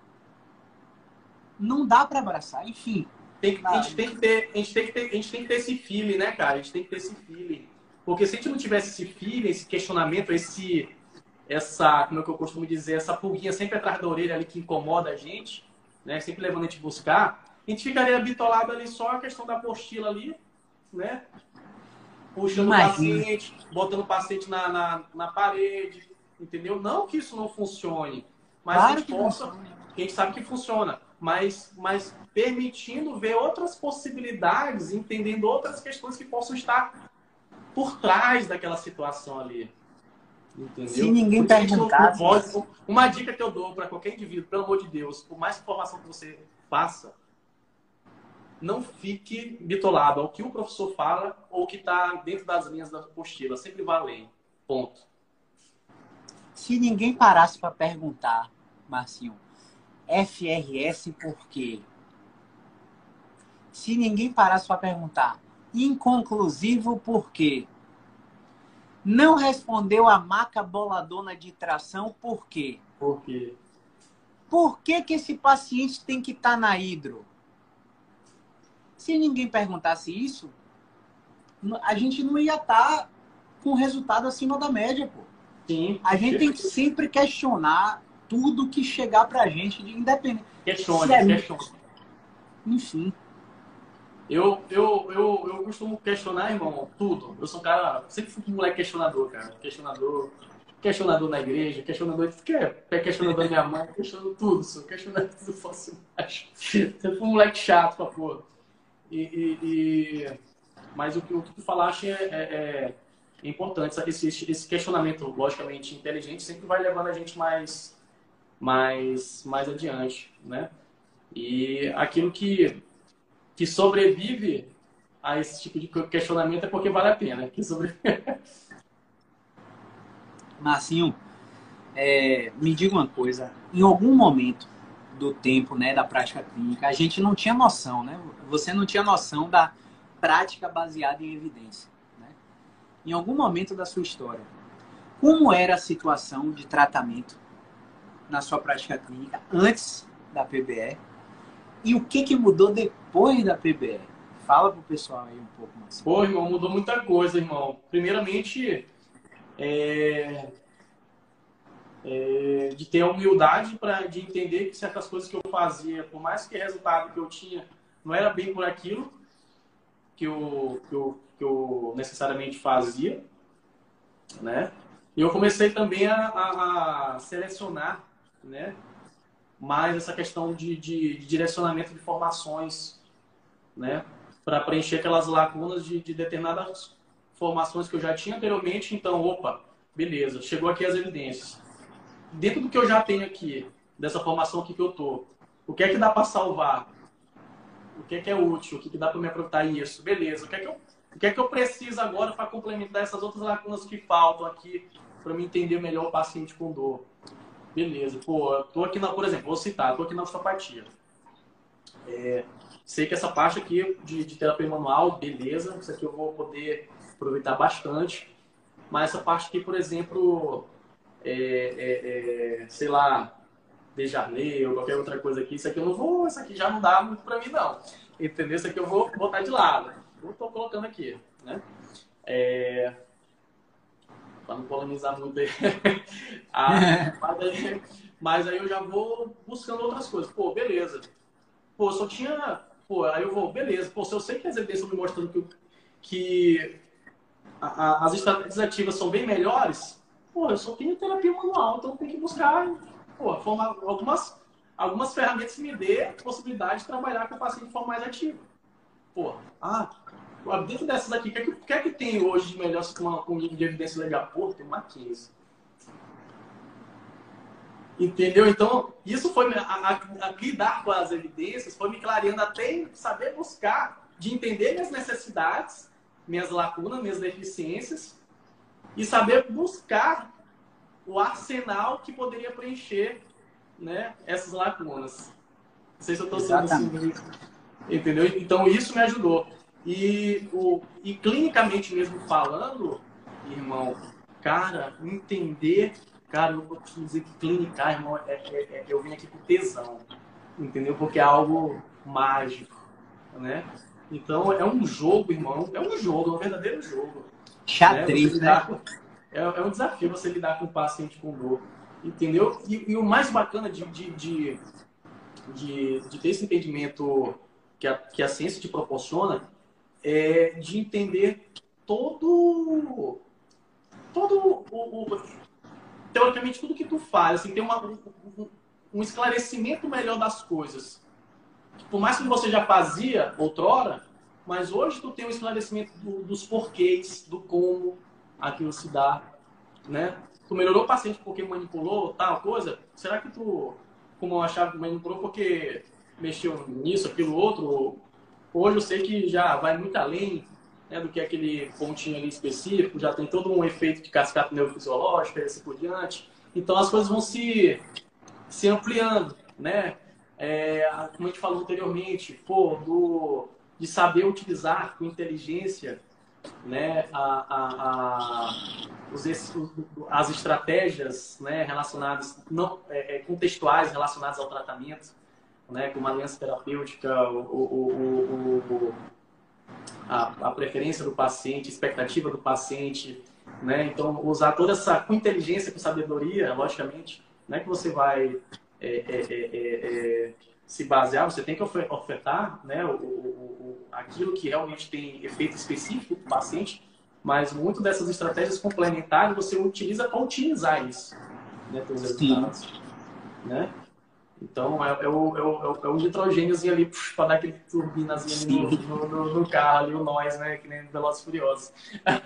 não dá para abraçar. Enfim. Tem, a, gente tem que ter, a, gente tem que ter, a gente tem que ter esse feeling, né, cara? A gente tem que ter esse feeling. Porque se a gente não tivesse esse feeling, esse questionamento, esse, essa, como é que eu costumo dizer, essa pulguinha sempre atrás da orelha ali que incomoda a gente, né? Sempre levando a gente buscar, a gente ficaria bitolado ali só a questão da apostila ali, né? Puxando Imagina. o paciente, botando o paciente na, na, na parede, entendeu? Não que isso não funcione, mas claro a gente possa, a gente sabe que funciona, mas, mas permitindo ver outras possibilidades, entendendo outras questões que possam estar por trás daquela situação ali. Entendeu? Se ninguém perguntar... Uma dica que eu dou para qualquer indivíduo, pelo amor de Deus, por mais informação que você faça, não fique bitolado ao que o professor fala ou que está dentro das linhas da apostila. Sempre vá além. Ponto. Se ninguém parasse para perguntar, Marcinho, F R S por quê? Se ninguém parasse para perguntar, inconclusivo por quê? Não respondeu a maca boladona de tração por quê? Por quê? Por que que esse paciente tem que estar na hidro? Se ninguém perguntasse isso, a gente não ia estar com resultado acima da média, pô. Sim. A gente tem que sempre questionar tudo que chegar pra gente, de independente. Questione, é... questione. Enfim. Eu, eu, eu, eu costumo questionar, irmão, tudo. Eu sou um cara, sempre fui um moleque questionador, cara. Questionador, questionador na igreja, questionador de que é questionador da minha mãe, questionando tudo, sou questionador do fóssil baixo. Sempre fui um moleque chato pra porra. E, e, e... Mas o que, o que tu falaste é, é, é importante. Esse, esse questionamento, logicamente, inteligente sempre vai levando a gente mais, mais, mais adiante, né? E aquilo que que sobrevive a esse tipo de questionamento é porque vale a pena. Que sobrevive... Marcinho, é, me diga uma coisa. Em algum momento do tempo, né, da prática clínica, a gente não tinha noção, né? Você não tinha noção da prática baseada em evidência, né? Em algum momento da sua história, como era a situação de tratamento na sua prática clínica antes da P B E? E o que, que mudou depois da P B E? Fala pro pessoal aí um pouco mais. Pô, irmão, mudou muita coisa, irmão. Primeiramente, é... É... de ter a humildade pra... de entender que certas coisas que eu fazia, por mais que o resultado que eu tinha não era bem por aquilo, que eu, que eu, que eu necessariamente fazia, né? E eu comecei também a, a, a selecionar, né, mais essa questão de, de, de direcionamento de formações, né, para preencher aquelas lacunas de, de determinadas formações que eu já tinha anteriormente. Então, opa, beleza, chegou aqui as evidências. Dentro do que eu já tenho aqui, dessa formação aqui que eu tô, o que é que dá para salvar? O que é que é útil? O que, é que dá para me aproveitar isso? Beleza, o que é que eu, o que é que eu preciso agora para complementar essas outras lacunas que faltam aqui para me entender melhor o paciente com dor? Beleza, pô, eu tô aqui na, por exemplo, vou citar, tô aqui na osteopatia. É, sei que essa parte aqui de, de terapia manual, beleza, isso aqui eu vou poder aproveitar bastante, mas essa parte aqui, por exemplo, é, é, é, sei lá, Desjardins ou qualquer outra coisa aqui, isso aqui eu não vou, isso aqui já não dá muito pra mim não, entendeu? Isso aqui eu vou botar de lado, eu tô colocando aqui, né? É, para não polemizar muito aí. ah, mas, aí, mas aí eu já vou buscando outras coisas. Pô, beleza. Pô, só tinha... Pô, aí eu vou, beleza. Pô, se eu sei que as evidências estão me mostrando que, que a, a, as estratégias ativas são bem melhores, pô, eu só tenho terapia manual, então eu tenho que buscar, pô, formar algumas, algumas ferramentas que me dê a possibilidade de trabalhar com o paciente de forma mais ativa. Pô, ah... dentro dessas aqui, o que, é que, que, é que tem hoje de melhor com, uma, com um nível de evidência legal? Pô, tem uma quinze. Entendeu? Então, isso foi a, a, a lidar com as evidências, foi me clareando até em saber buscar, de entender minhas necessidades, minhas lacunas, minhas deficiências, e saber buscar o arsenal que poderia preencher, né, essas lacunas. Não sei se eu estou sendo assim, entendeu? Então, isso me ajudou. E, o, e clinicamente mesmo falando, irmão, cara, entender, cara, eu vou te dizer que clinicar, irmão, é, é, é, eu vim aqui com tesão, entendeu? Porque é algo mágico, né? Então, é um jogo, irmão, é um jogo, é um verdadeiro jogo. Xadrez, né? Com, é, é um desafio você lidar com o paciente com dor, entendeu? E, e o mais bacana de, de, de, de, de ter esse entendimento que a, que a ciência te proporciona é de entender todo, todo o, o, teoricamente, tudo que tu faz, assim, ter uma, um, um esclarecimento melhor das coisas. Por mais que você já fazia outrora, mas hoje tu tem um esclarecimento do, dos porquês, do como aquilo se dá, né? Tu melhorou o paciente porque manipulou tal coisa? Será que tu, como eu achava que manipulou porque mexeu nisso, aquilo, outro? Hoje eu sei que já vai muito além, né, do que aquele pontinho ali específico, já tem todo um efeito de cascata neurofisiológica e assim por diante. Então as coisas vão se, se ampliando, né? É, como a gente falou anteriormente, pô, do, de saber utilizar com inteligência, né, a, a, a, os, as estratégias, né, relacionadas, não, é, contextuais relacionadas ao tratamento, né, como a aliança terapêutica, o, o, o, o, a, a preferência do paciente, a expectativa do paciente, né? Então, usar toda essa, com inteligência, com sabedoria, logicamente, não é que você vai é, é, é, é, se basear, você tem que ofertar, né, o, o, o, aquilo que realmente tem efeito específico para o paciente, mas muito dessas estratégias complementares você utiliza para otimizar isso, né, para os resultados, né? Então, é, é, o, é, o, é o nitrogêniozinho ali para dar aquele turbinazinho ali no, no, no carro, ali, o nós, né? Que nem Velozes e Furiosos.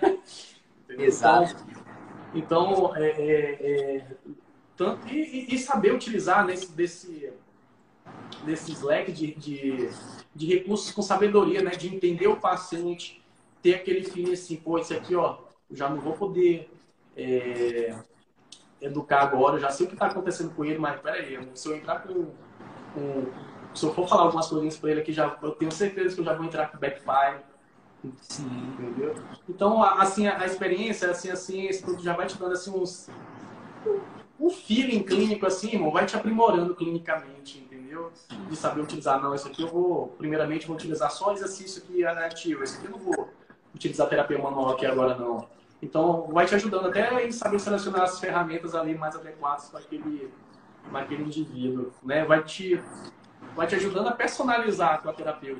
Exato. Então, então é, é, é, tanto, e, e saber utilizar nesse, desse, desse leque de, de, de recursos com sabedoria, né? De entender o paciente, ter aquele feeling assim, pô, esse aqui, ó, já não vou poder... É, educar agora, eu já sei o que está acontecendo com ele, mas peraí, se eu entrar com, com... Se eu for falar algumas coisinhas para ele aqui, já, eu tenho certeza que eu já vou entrar com backfire. Sim. Entendeu? Então, assim, a, a experiência, assim, a ciência, tudo já vai te dando assim, uns... um feeling clínico, assim, irmão, vai te aprimorando clinicamente, entendeu? De saber utilizar, não, isso aqui eu vou, primeiramente, vou utilizar só exercício aqui ativo, isso aqui eu não vou utilizar terapia manual aqui agora, não. Então, vai te ajudando até em saber selecionar as ferramentas ali mais adequadas para aquele, para aquele indivíduo, né? Vai te, vai te ajudando a personalizar a tua terapêutica,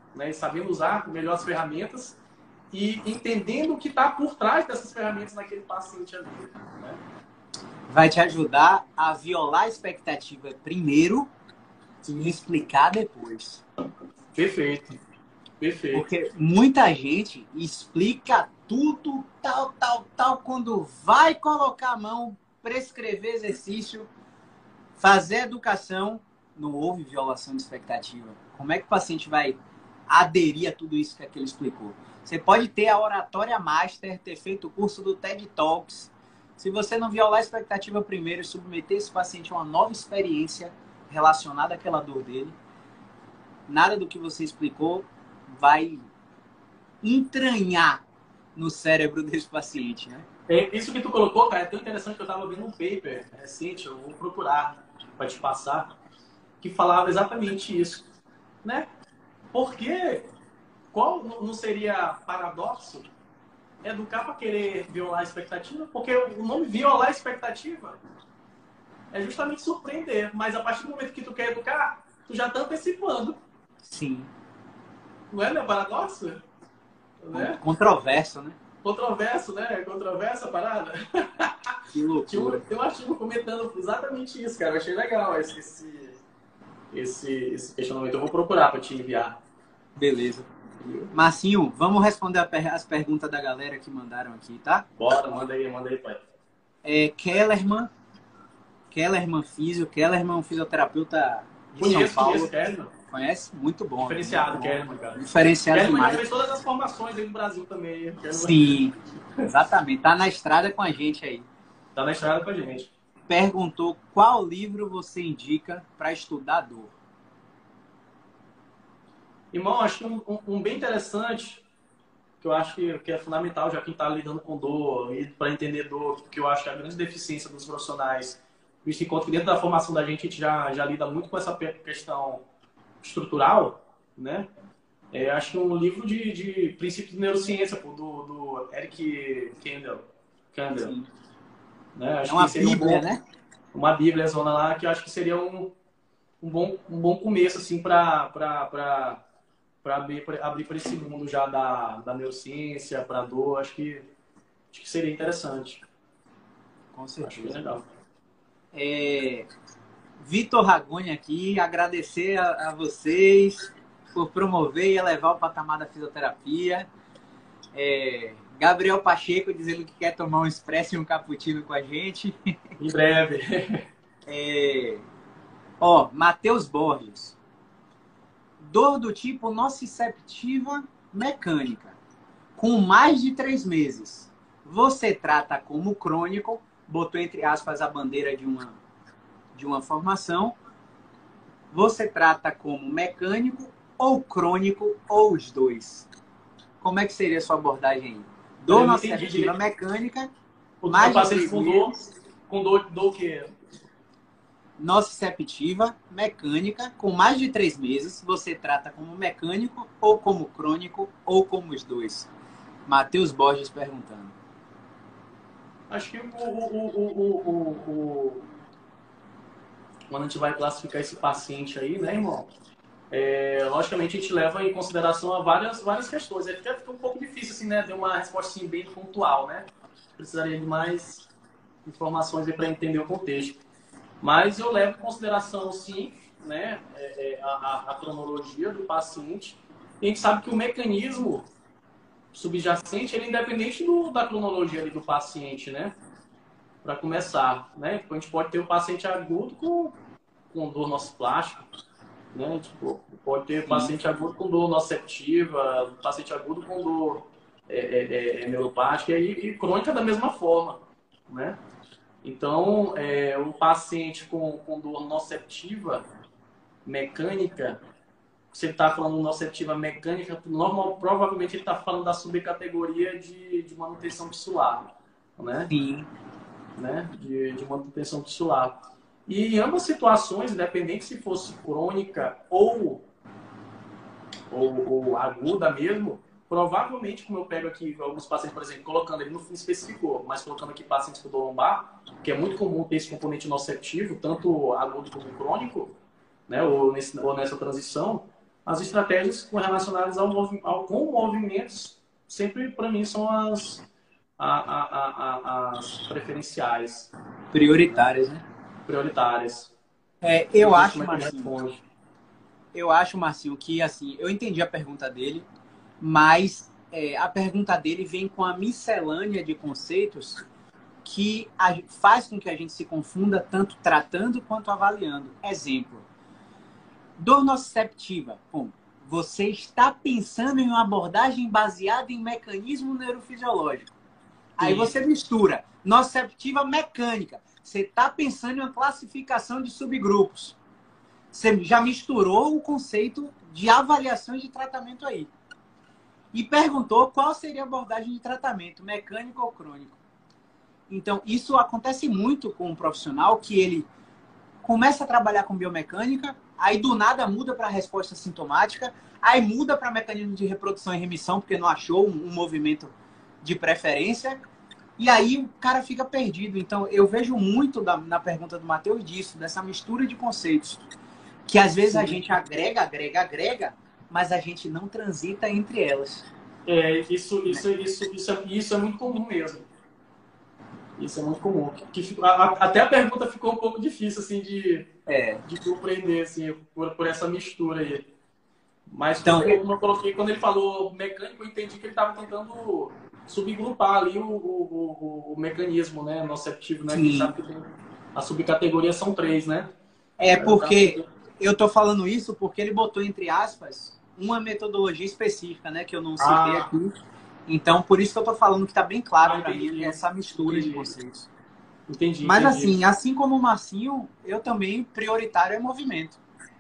né? E sabendo usar melhor as ferramentas e entendendo o que está por trás dessas ferramentas naquele paciente ali, né? Vai te ajudar a violar a expectativa primeiro e explicar depois. Perfeito. Perfeito. Porque muita gente explica tudo, tal, tal, tal, quando vai colocar a mão, prescrever exercício, fazer educação, não houve violação de expectativa. Como é que o paciente vai aderir a tudo isso que ele explicou? Você pode ter a oratória master, ter feito o curso do TED Talks. Se você não violar a expectativa primeiro e submeter esse paciente a uma nova experiência relacionada àquela dor dele, nada do que você explicou vai entranhar no cérebro desse paciente, né? É, isso que tu colocou, cara, é tão interessante que eu estava vendo um paper recente, eu vou procurar para te passar, que falava exatamente isso, né? Porque qual não seria paradoxo educar para querer violar a expectativa? Porque o nome violar a expectativa é justamente surpreender, mas a partir do momento que tu quer educar, tu já tá antecipando. Sim. Não é, né? Paradoxo? Né? Controverso, né? Controverso, né? Controversa a parada. Que loucura. Tem um artigo comentando exatamente isso, cara. Eu achei legal esse, esse, esse, esse questionamento. Eu vou procurar para te enviar. Beleza. Marcinho, vamos responder as perguntas da galera que mandaram aqui, tá? Bora, manda aí, manda aí, pai. É, Kellerman, Kellerman Físio, Kellerman, um fisioterapeuta de Conheço, São Paulo. conheço, Kellerman. Conhece? Muito bom. Diferenciado, muito bom. Kellerman, cara. Diferenciado Kellerman demais. já fez todas as formações aí no Brasil também. Kellerman. Sim, exatamente. Tá na estrada com a gente aí. Tá na estrada com a gente. Perguntou qual livro você indica para estudar dor. Irmão, acho que um, um, um bem interessante, que eu acho que, que é fundamental, já quem está lidando com dor, e para entender dor, que eu acho que é a grande deficiência dos profissionais, visto que dentro da formação da gente, a gente já, já lida muito com essa questão estrutural, né? É, acho que um livro de, de princípios de neurociência, pô, do, do Eric Kandel. Kandel né? Acho é uma que seria bíblia, um bom, né? Uma bíblia zona lá, que eu acho que seria um, um, bom, um bom começo, assim, para para abrir para esse mundo já da, da neurociência, para dor. Acho que, acho que seria interessante. Com certeza. Acho que é legal. É, Vitor Ragoni aqui, agradecer a, a vocês por promover e elevar o patamar da fisioterapia. É, Gabriel Pacheco dizendo que quer tomar um expresso e um cappuccino com a gente. Em breve. É, ó, Matheus Borges. Dor do tipo nociceptiva mecânica, com mais de três meses. Você trata como crônico, botou entre aspas a bandeira de uma, de uma formação. Você trata como mecânico ou crônico ou os dois. Como é que seria a sua abordagem aí? Dor nociceptiva mecânica, mais de três meses. Com dor, dor o quê? Nociceptiva mecânica, com mais de três meses, você trata como mecânico ou como crônico ou como os dois? Matheus Borges perguntando. Acho que o, o, o, o, o, o... quando a gente vai classificar esse paciente aí, né, irmão? É, logicamente a gente leva em consideração a várias, várias questões. É fica, fica um pouco difícil, assim, né? Ter uma resposta assim, bem pontual, né? Precisaria de mais informações para entender o contexto. Mas eu levo em consideração, sim, né, é, a, a cronologia do paciente. E a gente sabe que o mecanismo subjacente ele é independente do, da cronologia ali do paciente, né? Para começar, né? A gente pode ter o paciente agudo com, com dor nociplástica, né? Tipo, pode ter o paciente agudo com dor nociceptiva, paciente agudo com dor é, é, é, neuropática e, e crônica da mesma forma, né? Então, é, o paciente com, com dor nociceptiva mecânica, se ele está falando nociceptiva mecânica, normal, provavelmente ele está falando da subcategoria de, de manutenção tissular, né? Sim. Né? De, de manutenção tissular. E em ambas situações, independente se fosse crônica ou, ou, ou aguda mesmo, provavelmente, como eu pego aqui alguns pacientes, por exemplo, colocando, ele não especificou, mas colocando aqui pacientes com dor lombar, que é muito comum ter esse componente nociceptivo, tanto agudo como crônico, né, ou, nesse, ou nessa transição, as estratégias relacionadas ao, ao, com movimentos sempre, para mim, são as, a, a, a, as preferenciais. Prioritárias, né? Prioritárias. É, eu acho, Marcinho, eu acho, Marcinho, que assim, eu entendi a pergunta dele, mas é, a pergunta dele vem com a miscelânea de conceitos que a, faz com que a gente se confunda tanto tratando quanto avaliando. Exemplo, dor nociceptiva. Bom, você está pensando em uma abordagem baseada em mecanismo neurofisiológico. Aí você mistura nociceptiva mecânica. Você está pensando em uma classificação de subgrupos. Você já misturou o conceito de avaliação de tratamento aí. E perguntou qual seria a abordagem de tratamento, mecânico ou crônico. Então, isso acontece muito com um profissional que ele começa a trabalhar com biomecânica, aí do nada muda para a resposta sintomática, aí muda para mecanismo de reprodução e remissão, porque não achou um, um movimento de preferência, e aí o cara fica perdido. Então, eu vejo muito da, na pergunta do Matheus disso, dessa mistura de conceitos, que às vezes Sim. a gente agrega, agrega, agrega, mas a gente não transita entre elas. É, isso, isso, isso, isso, é, isso é muito comum mesmo. Isso é muito comum. Que, que, a, até a pergunta ficou um pouco difícil, assim, de, é. de compreender, assim, por, por essa mistura aí. Mas, então, como eu coloquei, quando ele falou mecânico, eu entendi que ele estava tentando subgrupar ali o, o, o, o mecanismo, né, nociceptivo, né? Que sabe que tem, a subcategoria são três, né? É porque eu tô falando isso porque ele botou, entre aspas, uma metodologia específica, né, que eu não citei ah. aqui. Então, por isso que eu tô falando que tá bem claro ah, para mim essa mistura entendi. de conceitos. Entendi. Mas entendi. assim, assim como o Marcinho, eu também prioritário é movimento.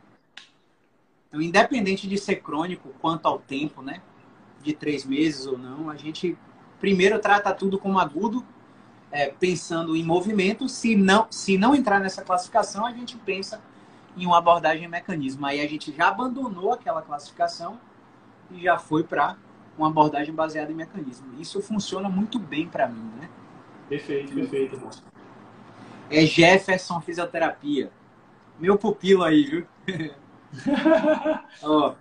Então, independente de ser crônico quanto ao tempo, né, de três meses ou não, a gente primeiro trata tudo como agudo, é, pensando em movimento. Se não, se não entrar nessa classificação, a gente pensa em uma abordagem mecanismo. Aí a gente já abandonou aquela classificação e já foi para uma abordagem baseada em mecanismo. Isso funciona muito bem para mim, né? Perfeito, perfeito, irmão. É Jefferson Fisioterapia. Meu pupilo aí, viu? Ó,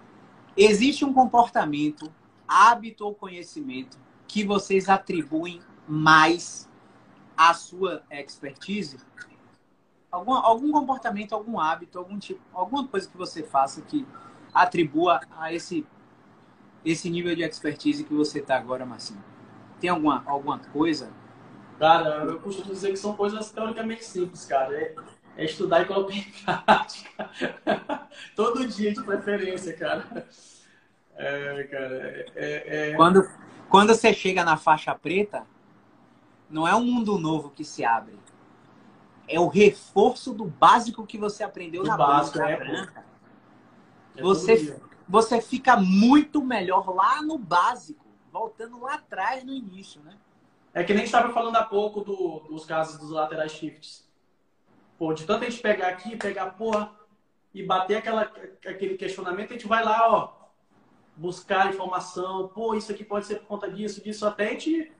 existe um comportamento, hábito ou conhecimento que vocês atribuem mais à sua expertise? Algum, algum comportamento, algum hábito, algum tipo, alguma coisa que você faça que atribua a esse esse nível de expertise que você está agora, Marcinho? Tem alguma, alguma coisa? Cara, eu costumo dizer que são coisas teoricamente simples, cara. É, é estudar e colocar em prática. Todo dia, de preferência, cara. É, cara, é, é... Quando, quando você chega na faixa preta, não é um mundo novo que se abre. É o reforço do básico que você aprendeu do na básico, branca. É, branca. É você, você fica muito melhor lá no básico, voltando lá atrás no início, né? É que nem estava falando há pouco do, dos casos dos laterais shifts. Pô, de tanto a gente pegar aqui, pegar, porra, e bater aquela, aquele questionamento, a gente vai lá, ó, buscar informação, pô, isso aqui pode ser por conta disso, disso, até a gente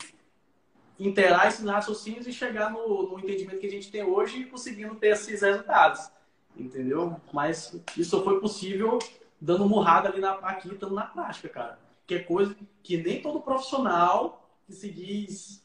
interar esses raciocínios e chegar no, no entendimento que a gente tem hoje e conseguindo ter esses resultados, entendeu? Mas isso só foi possível dando murrada ali na, aqui, estando na prática, cara. Que é coisa que nem todo profissional que se diz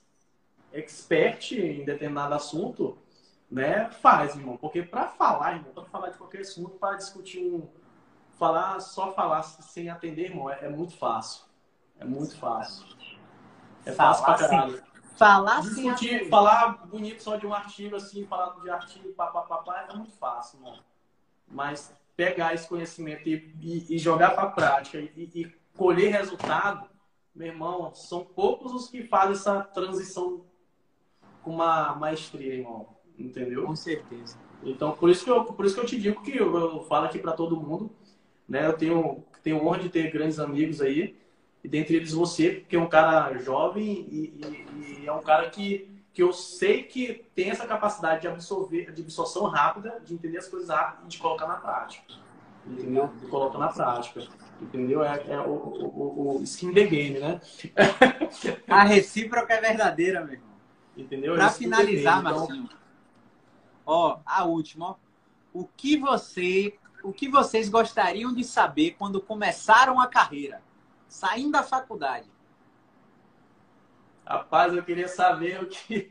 expert em determinado assunto, né, faz, irmão. Porque para falar, irmão, para falar de qualquer assunto, para discutir um... Falar, só falar sem atender, irmão, é, é muito fácil. É muito fácil. É fácil pra caralho. Falar discutir, sem falar bonito só de um artigo, assim, falar de artigo, papapá, é muito fácil, irmão. Mas pegar esse conhecimento e, e, e jogar pra prática e, e colher resultado, meu irmão, são poucos os que fazem essa transição com uma maestria, irmão. Entendeu? Com certeza. Então, por isso que eu, por isso que eu te digo que eu, eu falo aqui para todo mundo, né? Eu tenho, tenho honra de ter grandes amigos aí, e dentre eles você, que é um cara jovem e, e, e é um cara que, que eu sei que tem essa capacidade de absorver, de absorção rápida, de entender as coisas rápido e de colocar na prática. Entendeu? De colocar na prática. Entendeu? É, é o, o, o skin the game, né? A recíproca é verdadeira, meu irmão. Entendeu? Para finalizar, então... Marcinho, ó, a última, ó. O que você o que vocês gostariam de saber quando começaram a carreira, saindo da faculdade? Rapaz, eu queria saber o que...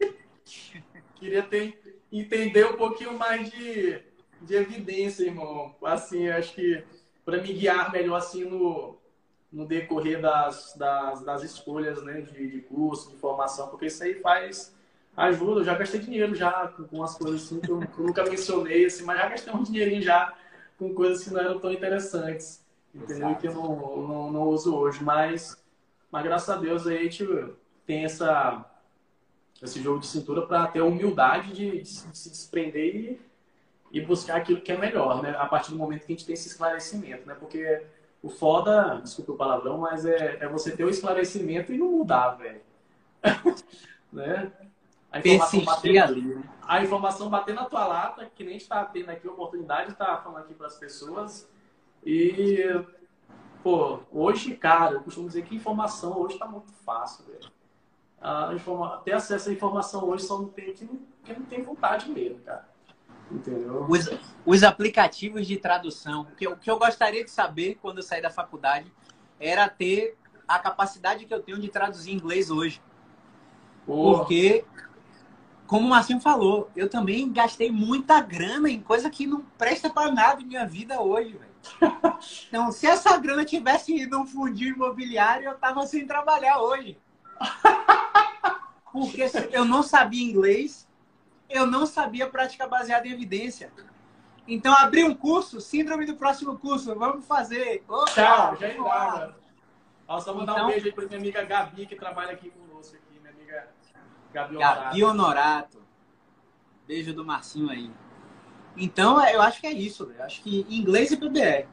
queria ter... entender um pouquinho mais de, de evidência, irmão. Assim, eu acho que para me guiar melhor assim no, no decorrer das, das, das escolhas, né, de, de curso, de formação, porque isso aí faz ajuda. Eu já gastei dinheiro já com, com as coisas assim que eu, que eu nunca mencionei, assim, mas já gastei um dinheirinho já com coisas que não eram tão interessantes, entendeu? E que eu não, não, não uso hoje. Mas, mas graças a Deus aí a gente tem essa, esse jogo de cintura para ter a humildade de, de se desprender e, e buscar aquilo que é melhor, né? A partir do momento que a gente tem esse esclarecimento, né? Porque o foda, desculpa o palavrão, mas é, é você ter o esclarecimento e não mudar, velho. Né? A informação bater ali, né? A informação bater na tua lata, que nem a gente está tendo aqui a oportunidade de estar falando aqui para as pessoas. E, pô, hoje, cara, eu costumo dizer que informação hoje está muito fácil, velho. A informa... Ter acesso à informação hoje só não tem quem não, quem não tem vontade mesmo, cara. Entendeu? Os, os aplicativos de tradução. O que, eu, o que eu gostaria de saber quando eu sair da faculdade era ter a capacidade que eu tenho de traduzir inglês hoje. Pô. Porque, como o Marcinho falou, eu também gastei muita grana em coisa que não presta para nada em minha vida hoje, velho. Então, se essa grana tivesse ido num fundinho imobiliário, eu tava sem trabalhar hoje. Porque eu não sabia inglês, eu não sabia prática baseada em evidência. Então, abri um curso, síndrome do próximo curso, vamos fazer. Opa, tchau, já entrava. Só mandar então, um beijo aí pra minha amiga Gabi, que trabalha aqui conosco, aqui, minha amiga Gabi Honorato. Gabi Honorato. Beijo do Marcinho aí. Então, eu acho que é isso, eu acho que inglês e P B E.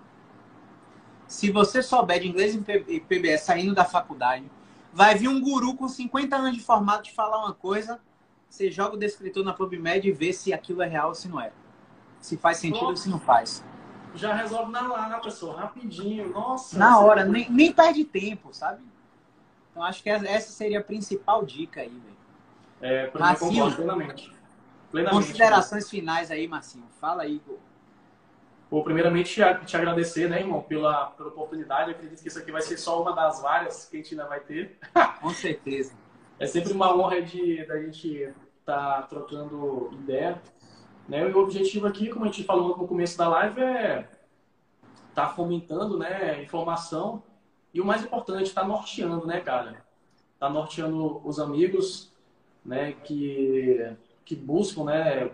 Se você souber de inglês e P B E saindo da faculdade, vai vir um guru com cinquenta anos de formato te falar uma coisa, você joga o descritor na PubMed e vê se aquilo é real ou se não é. Se faz sentido ou se não faz. Já resolve na lata, pessoal, rapidinho. Nossa. Na hora, nem, nem perde tempo, sabe? Então acho que essa seria a principal dica aí, velho. É, pra mim, concordo plenamente. plenamente. Considerações finais aí, Marcinho. Fala aí, Igor. Pô, primeiramente, te, te agradecer, né, irmão, pela, pela oportunidade. Eu acredito que isso aqui vai ser só uma das várias que a gente ainda vai ter. Com certeza. É sempre uma honra de da gente estar tá trocando ideia. Né? E o objetivo aqui, como a gente falou no começo da live, é estar tá fomentando, né, informação e o mais importante, estar tá norteando, né, cara? Tá norteando os amigos, né, que, que buscam, né,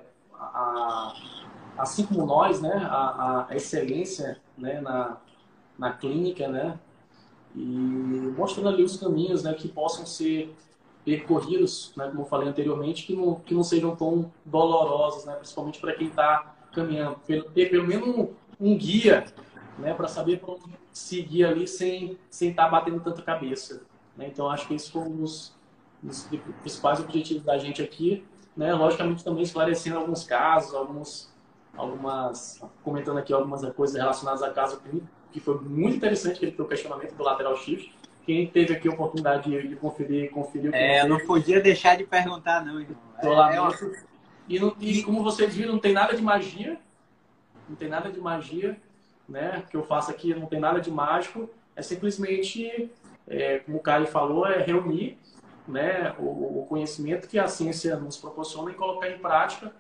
a, assim como nós, né, a, a excelência, né, na, na clínica, né, e mostrando ali os caminhos, né, que possam ser percorridos, né, como eu falei anteriormente, que não, que não sejam tão dolorosos, né, principalmente para quem está caminhando. Ter pelo menos um, um guia, né, para saber para onde seguir ali sem sem estar tá batendo tanta cabeça. Né? Então, acho que esse foi um dos, dos principais objetivos da gente aqui. Né? Logicamente, também esclarecendo alguns casos, alguns, algumas, comentando aqui algumas coisas relacionadas a caso clínico, que foi muito interessante aquele teu questionamento do lateral shift. Quem teve aqui a oportunidade de, de conferir, conferiu. É, eu não podia deixar de perguntar, não, irmão. Tô lá é, é uma... e, não, e como vocês viram, não tem nada de magia. Não tem nada de magia, né? Que eu faço aqui não tem nada de mágico. É simplesmente, é, como o Caio falou, é reunir, né, o, o conhecimento que a ciência nos proporciona e colocar em prática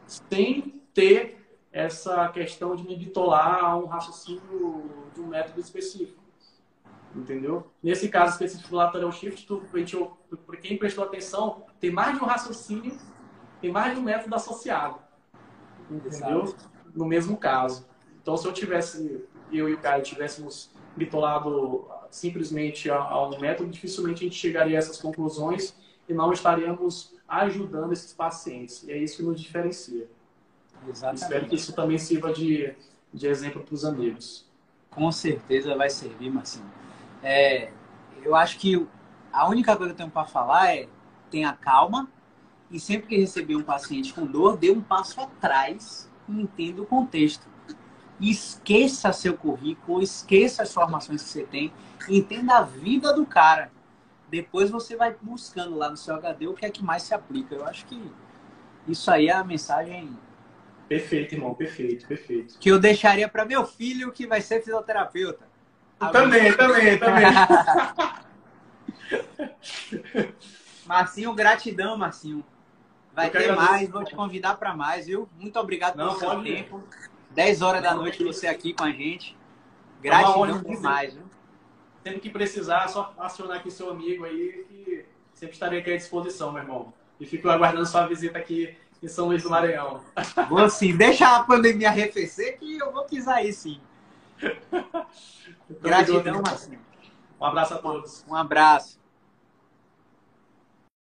sem ter essa questão de me bitolar a um raciocínio de um método específico. Entendeu? Nesse caso específico do lateral shift, para quem prestou atenção, tem mais de um raciocínio, tem mais de um método associado. Entendeu? No mesmo caso. Então, se eu tivesse, eu e o Caio tivéssemos bitolado simplesmente a um método, dificilmente a gente chegaria a essas conclusões e não estaríamos ajudando esses pacientes. E é isso que nos diferencia. Exatamente. Espero que isso também sirva de, de exemplo para os amigos. Com certeza vai servir, Marcinho. É, eu acho que a única coisa que eu tenho para falar é tenha calma e sempre que receber um paciente com dor, dê um passo atrás e entenda o contexto. E esqueça seu currículo, esqueça as formações que você tem, entenda a vida do cara. Depois você vai buscando lá no seu H D o que é que mais se aplica. Eu acho que isso aí é a mensagem Perfeito, irmão. Perfeito, perfeito. Que eu deixaria para meu filho, que vai ser fisioterapeuta. Também, também, também. Marcinho, gratidão, Marcinho. Vai Eu que ter agradeço. mais, vou te convidar para mais, viu? Muito obrigado Não, pelo seu pode tempo. dez horas da Não, noite pode você aqui com a gente. É uma Gratidão honra, demais, viu? Sempre que precisar, é só acionar aqui seu amigo aí, que sempre estarei aqui à disposição, meu irmão. E fico aguardando sua visita aqui em São Luís do Maranhão. Vou sim, deixa a pandemia arrefecer que eu vou pisar aí sim. Gratidão, Marcinho. Um abraço a todos. Um abraço.